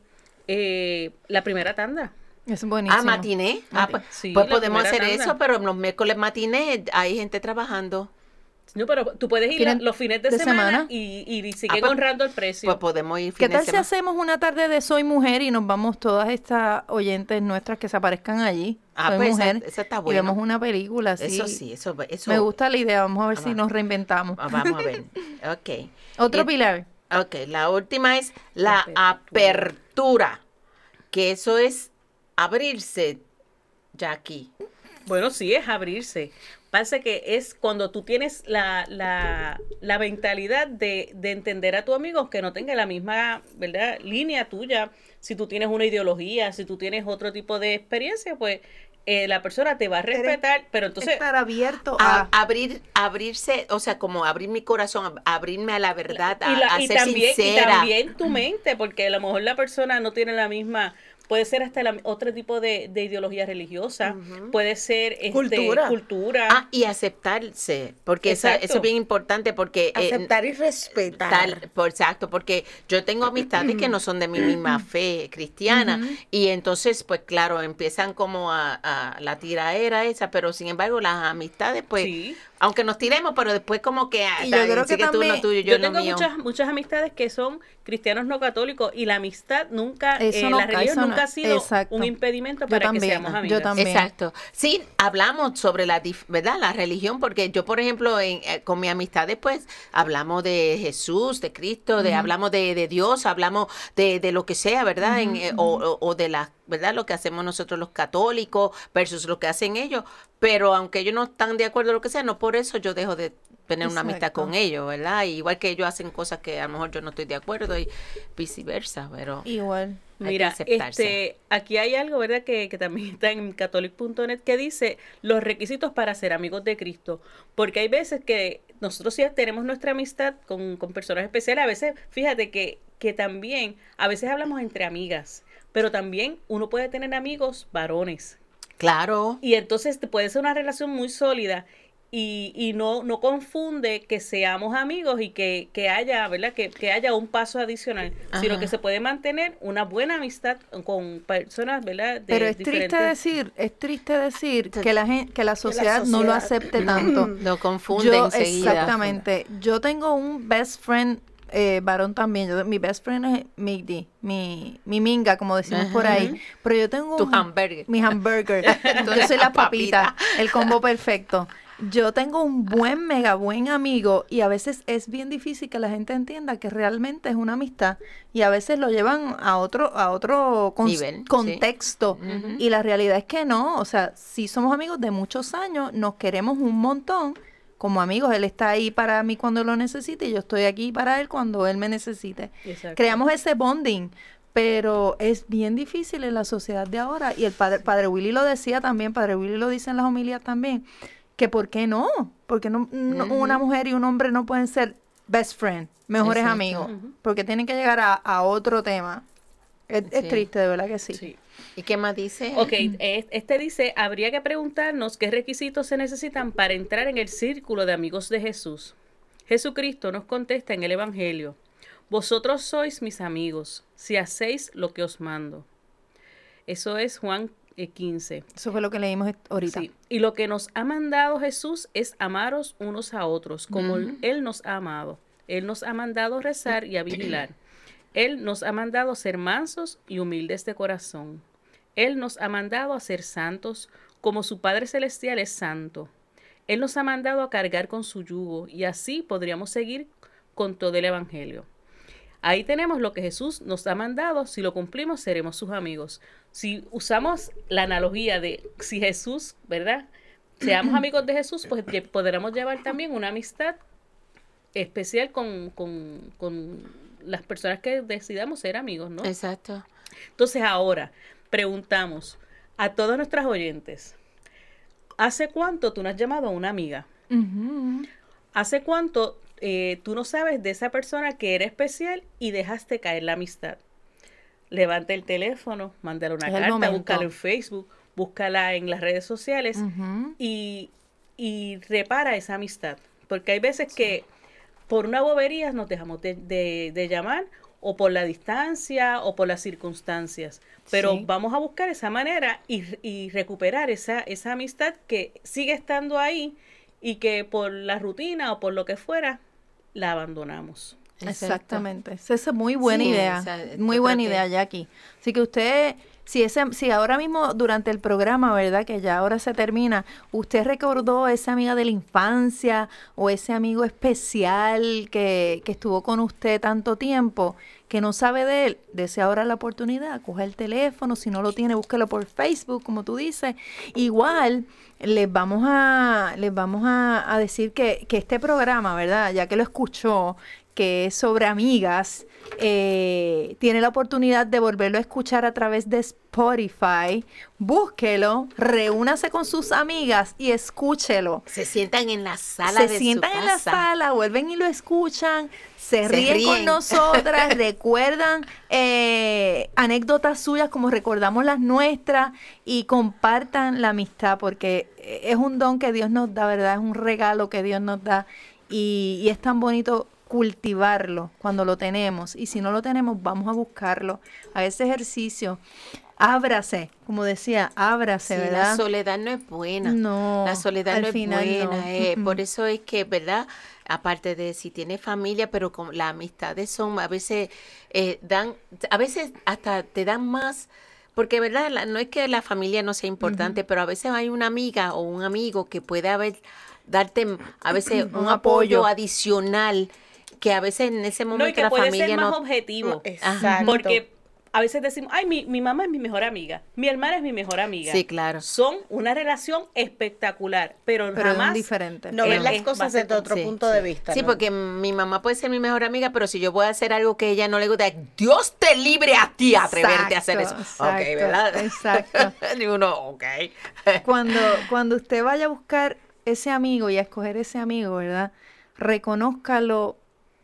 eh, la primera tanda. Es buenísimo. Ah, matiné. Ah, pues Sí, pues la podemos primera hacer tanda. eso, pero los miércoles matiné hay gente trabajando. No, pero tú puedes ir Fines la- los fines de, de semana, semana. y, y Ah, sigue pues- honrando el precio. Pues podemos ir ¿Qué fin de tal si semana. hacemos una tarde de Soy Mujer y nos vamos todas estas oyentes nuestras que se aparezcan allí? Ah, Soy pues esa- Mujer. esa está Y bueno. vemos una película así. Eso sí, eso, eso. Me gusta la idea. Vamos a ver Ah, si va. nos reinventamos. Ah, Vamos a ver. Ok. Otro Y- pilar. Ok, la última es la Apertura. apertura, que eso es abrirse, Jackie. Bueno, sí, es abrirse. Pasa que es cuando tú tienes la, la, la mentalidad de, de entender a tu amigo, aunque no tenga la misma, ¿verdad?, línea tuya. Si tú tienes una ideología, si tú tienes otro tipo de experiencia, pues eh, la persona te va a respetar, pero entonces... Estar abierto A- a... abrir, abrirse, o sea, como abrir mi corazón, ab- abrirme a la verdad, a, y, la- a y ser también, y sincera. también tu mente, porque a lo mejor la persona no tiene la misma puede ser hasta la, otro tipo de, de ideología religiosa, Ujú. puede ser este, Cultura. cultura. Ah, y aceptarse, porque esa- Exacto. eso es bien importante porque... eh, Aceptar y respetar. Tal, por, exacto, porque yo tengo amistades que no son de mi misma fe cristiana y entonces, pues claro, empiezan como a, a la tiraera esa, pero sin embargo las amistades, pues, Sí. aunque nos tiremos, pero después como que, ah, Y yo está bien, creo que sigue tú también- lo tuyo, yo, Yo lo tengo mío. muchas muchas amistades que son cristianos no católicos y la amistad nunca, Eso eh, no- la religión eso no- nunca ha sido exacto. un impedimento Yo para que también, seamos yo amigos. también. Exacto. Sí, hablamos sobre la, dif- ¿verdad? La religión, porque yo, por ejemplo, en, eh, con mis amistades, pues, hablamos de Jesús, de Cristo, de hablamos de, de Dios, hablamos de, de lo que sea, ¿verdad? En, eh, o, o- o de la, ¿verdad? Lo que hacemos nosotros los católicos versus lo que hacen ellos. Pero aunque ellos no están de acuerdo en lo que sea, no por eso yo dejo de tener una amistad Exacto. con ellos, ¿verdad? Y igual que ellos hacen cosas que a lo mejor yo no estoy de acuerdo y viceversa, pero Igual. hay que Mira, aceptarse. este, aquí hay algo, ¿verdad? Que, que también está en catholic punto net que dice los requisitos para ser amigos de Cristo. Porque hay veces que nosotros sí tenemos nuestra amistad con, con personas especiales. A veces, fíjate que, que también, a veces hablamos entre amigas, pero también uno puede tener amigos varones. Claro. Y entonces te puede ser una relación muy sólida y, y no, no confunde que seamos amigos y que, que haya, ¿verdad? Que, que haya un paso adicional, sino Ajá. que se puede mantener una buena amistad con personas, ¿verdad? De Pero es triste diferentes- decir, es triste decir que la gente, que la sociedad, no lo sociedad. acepte tanto. Lo confunden Yo, enseguida. exactamente. Yo tengo un best friend eh, varón también. Yo, mi best friend es Migdi, mi, mi minga, como decimos por Ajá. ahí. Pero yo tengo Tu un- hamburger. mi hamburger. Yo soy la papita, el combo perfecto. Yo tengo un buen, mega buen amigo y a veces es bien difícil que la gente entienda que realmente es una amistad y a veces lo llevan a otro a otro con- Nivel, sí. contexto Ujú. y la realidad es que no, o sea, sí somos amigos de muchos años, nos queremos un montón como amigos, él está ahí para mí cuando lo necesite y yo estoy aquí para él cuando él me necesite. Exacto. Creamos ese bonding, pero es bien difícil en la sociedad de ahora. Y el padre, padre Willy lo decía también, padre Willy lo dice en las homilías también, que ¿por qué no? Porque no, no- Ujú. una mujer y un hombre no pueden ser best friend, mejores Exacto. amigos, porque tienen que llegar a, a otro tema. Es, es Sí. triste, de verdad que sí. Sí. ¿Y qué más dice? Ok, es- este dice, habría que preguntarnos qué requisitos se necesitan para entrar en el círculo de amigos de Jesús. Jesucristo nos contesta en el Evangelio, vosotros sois mis amigos, si hacéis lo que os mando. Eso es Juan eh, quince. Eso fue lo que leímos est- ahorita. Sí. Y lo que nos ha mandado Jesús es amaros unos a otros, como Ujú. Él nos ha amado. Él nos ha mandado rezar y a vigilar. Él nos ha mandado ser mansos y humildes de corazón. Él nos ha mandado a ser santos, como su Padre Celestial es santo. Él nos ha mandado a cargar con su yugo, y así podríamos seguir con todo el Evangelio. Ahí tenemos lo que Jesús nos ha mandado. Si lo cumplimos, seremos sus amigos. Si usamos la analogía de si Jesús, ¿verdad? Seamos amigos de Jesús, pues lle- podremos llevar también una amistad especial con, con, con las personas que decidamos ser amigos, ¿no? Exacto. Entonces ahora preguntamos a todos nuestros oyentes, ¿hace cuánto tú no has llamado a una amiga? Ujú. ¿Hace cuánto eh, tú no sabes de esa persona que era especial y dejaste caer la amistad? Levanta el teléfono, mándale una Es el carta, momento. búscala en Facebook, búscala en las redes sociales Ujú. y, y repara esa amistad. Porque hay veces que por una bobería nos dejamos de, de- de llamar o por la distancia o por las circunstancias. Pero Sí. vamos a buscar esa manera y, y recuperar esa, esa amistad que sigue estando ahí y que por la rutina o por lo que fuera, la abandonamos. Exacto. Exactamente. Esa es muy buena Sí, idea. esa- muy yo buena creo que- idea, Jackie. Así que usted, si ese, si ahora mismo durante el programa, ¿verdad? Que ya ahora se termina, usted recordó a esa amiga de la infancia o ese amigo especial que, que estuvo con usted tanto tiempo, que no sabe de él, dese ahora la oportunidad, coge el teléfono, si no lo tiene, búsquelo por Facebook, como tú dices. Igual les vamos a, les vamos a, a decir que, que este programa, ¿verdad? Ya que lo escuchó, que es sobre amigas, eh, tiene la oportunidad de volverlo a escuchar a través de, Spotify, búsquelo, reúnase con sus amigas y escúchelo. Se sientan en la sala Se de sientan su en la casa. sala, vuelven y lo escuchan, se, Se ríen, con ríen. nosotras, recuerdan eh, anécdotas suyas como recordamos las nuestras y compartan la amistad porque es un don que Dios nos da, ¿verdad? Es un regalo que Dios nos da y, y es tan bonito cultivarlo cuando lo tenemos y si no lo tenemos vamos a buscarlo, a ese ejercicio. Ábrase, como decía, ábrase, Sí, ¿verdad? la soledad no es buena. No, La soledad al no es final buena. no. eh, Mm-mm. Por eso es que, ¿verdad? Aparte de si tiene familia, pero con las amistades son a veces eh, dan, a veces hasta te dan más, porque, ¿verdad? La- no es que la familia no sea importante, pero a veces hay una amiga o un amigo que puede haber, darte a veces un, Un apoyo apoyo. adicional que a veces en ese momento No, y que la puede familia ser más no. objetivo. Exacto. Porque a veces decimos, ay, mi, mi mamá es mi mejor amiga, mi hermana es mi mejor amiga. Sí, claro. Son una relación espectacular, pero, Pero es jamás... un diferente. No ver Eh, las eh, va a cosas ser desde otro Sí, punto sí. de vista. Sí, ¿no? porque mi mamá puede ser mi mejor amiga, pero si yo voy a hacer algo que a ella no le gusta, Dios te libre a ti a atreverte a hacer eso. Exacto, Ok, ¿verdad? exacto. Y uno, ok. Cuando, cuando usted vaya a buscar ese amigo y a escoger ese amigo, ¿verdad? Reconózcalo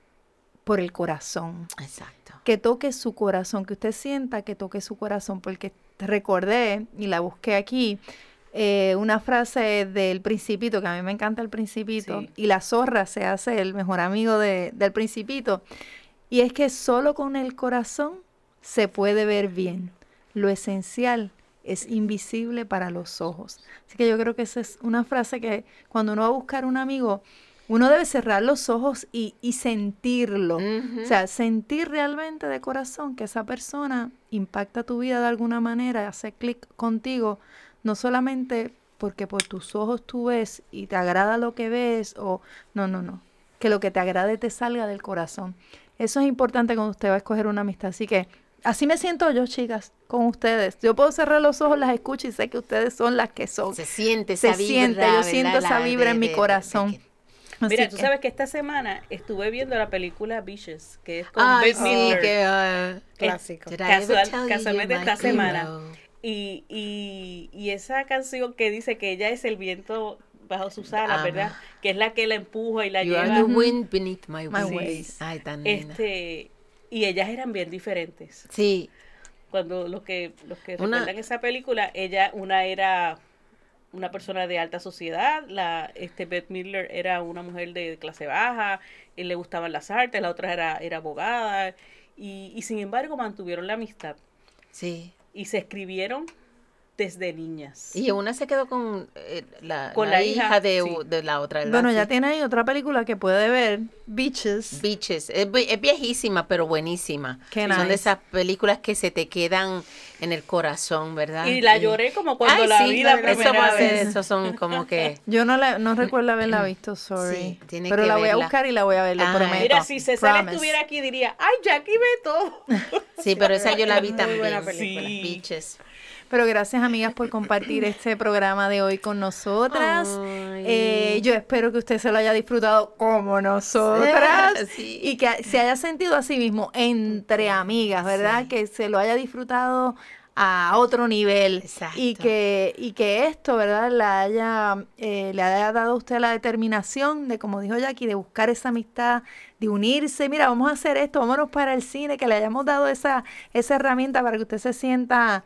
por el corazón. Exacto. Que toque su corazón, que usted sienta que toque su corazón, porque recordé, y la busqué aquí, eh, una frase del Principito, que a mí me encanta el Principito, Sí. y la zorra se hace el mejor amigo de- del Principito, y es que solo con el corazón se puede ver bien. Lo esencial es invisible para los ojos. Así que yo creo que esa es una frase que cuando uno va a buscar un amigo, uno debe cerrar los ojos y, y sentirlo. Ujú. O sea, sentir realmente de corazón que esa persona impacta tu vida de alguna manera, hace clic contigo, no solamente porque por tus ojos tú ves y te agrada lo que ves, o no, no, no, que lo que te agrade te salga del corazón. Eso es importante cuando usted va a escoger una amistad. Así que así me siento yo, chicas, con ustedes. Yo puedo cerrar los ojos, las escucho y sé que ustedes son las que son. Se siente Se esa vibra. siente, yo ¿verdad? siento esa La vibra de- en mi de- de- corazón. de que- Así Mira, tú que- sabes que esta semana estuve viendo la película Beaches, que es con Ay, Bette sí, Midler. que... ah, Clásico. Did I ever Casual- tell you casualmente my esta semana. hero? Y, y, y esa canción que dice que ella es el viento bajo sus alas, Ajá. ¿verdad? Que es la que la empuja y la You are lleva. the wind beneath my My wings. ways. Ay, tan linda. Este, y ellas eran bien diferentes. Sí, Cuando los que los que Una- recuerdan esa película, ella una era una persona de alta sociedad, la este Bette Midler era una mujer de clase baja, y le gustaban las artes, la otra era era abogada y, y sin embargo mantuvieron la amistad sí. y se escribieron desde niñas. Y una se quedó con eh, la, Con la la hija, hija, de, sí. de la otra. ¿verdad? Bueno, ya Sí. tiene ahí otra película que puede ver, Beaches. Beaches. Es, vi- es viejísima, pero buenísima. Qué Son de nice. esas películas que se te quedan en el corazón, ¿verdad? Y la Y- lloré como cuando Ay, la sí, vi la eso primera va a ser- vez. Esos son como que... Yo no la, no recuerdo haberla visto, sorry. Sí, tiene Pero que la voy a verla. buscar y la voy a ver, lo Ay. prometo. Mira, si César Promise. estuviera aquí diría, ay, Jackie ve todo. Sí, pero esa yo la vi Muy también. buena película. Sí. Beaches. Pero gracias, amigas, por compartir este programa de hoy con nosotras. Ay. Eh, yo espero que usted se lo haya disfrutado como nosotras Sí. y que se haya sentido a sí mismo entre amigas, ¿verdad? Sí. Que se lo haya disfrutado a otro nivel. Exacto. Y que, y que esto, ¿verdad? La haya, eh, le haya dado a usted la determinación de, como dijo Jackie, de buscar esa amistad, de unirse. Mira, vamos a hacer esto, vámonos para el cine, que le hayamos dado esa, esa herramienta para que usted se sienta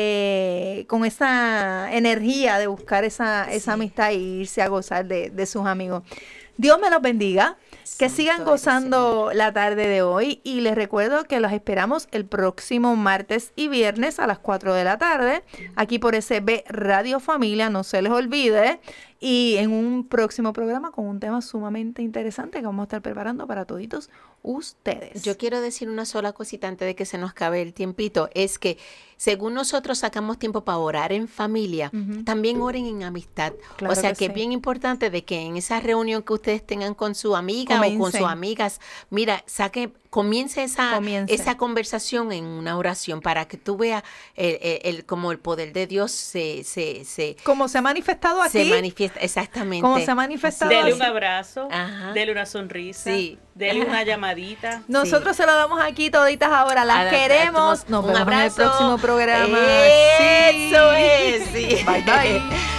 eh, con esa energía de buscar esa, esa Sí. amistad e irse a gozar de, de sus amigos. Dios me los bendiga. Que Santo sigan eres, gozando la tarde de hoy y les recuerdo que los esperamos el próximo martes y viernes a las cuatro de la tarde aquí por S B Radio Familia, no se les olvide, y en un próximo programa con un tema sumamente interesante que vamos a estar preparando para toditos ustedes. Yo quiero decir una sola cosita antes de que se nos acabe el tiempito, es que según nosotros sacamos tiempo para orar en familia, Ujú. también oren en amistad. Claro o sea que que, sí. es bien importante de que en esa reunión que ustedes tengan con su amiga o con Comiencen. sus amigas, mira, saque, comience esa, Comience. esa conversación en una oración para que tú veas el, el- el- como el poder de Dios se, se, se, Como se ha manifestado se aquí, manifiesta exactamente. como se ha manifestado Dele así. un abrazo, Ajá. dele una sonrisa, Sí. Dele una llamadita. Nosotros se lo damos aquí toditas ahora. Las Ahora, queremos. un Nos vemos en el abrazo. próximo programa. Eso Sí. es, sí. Bye, bye.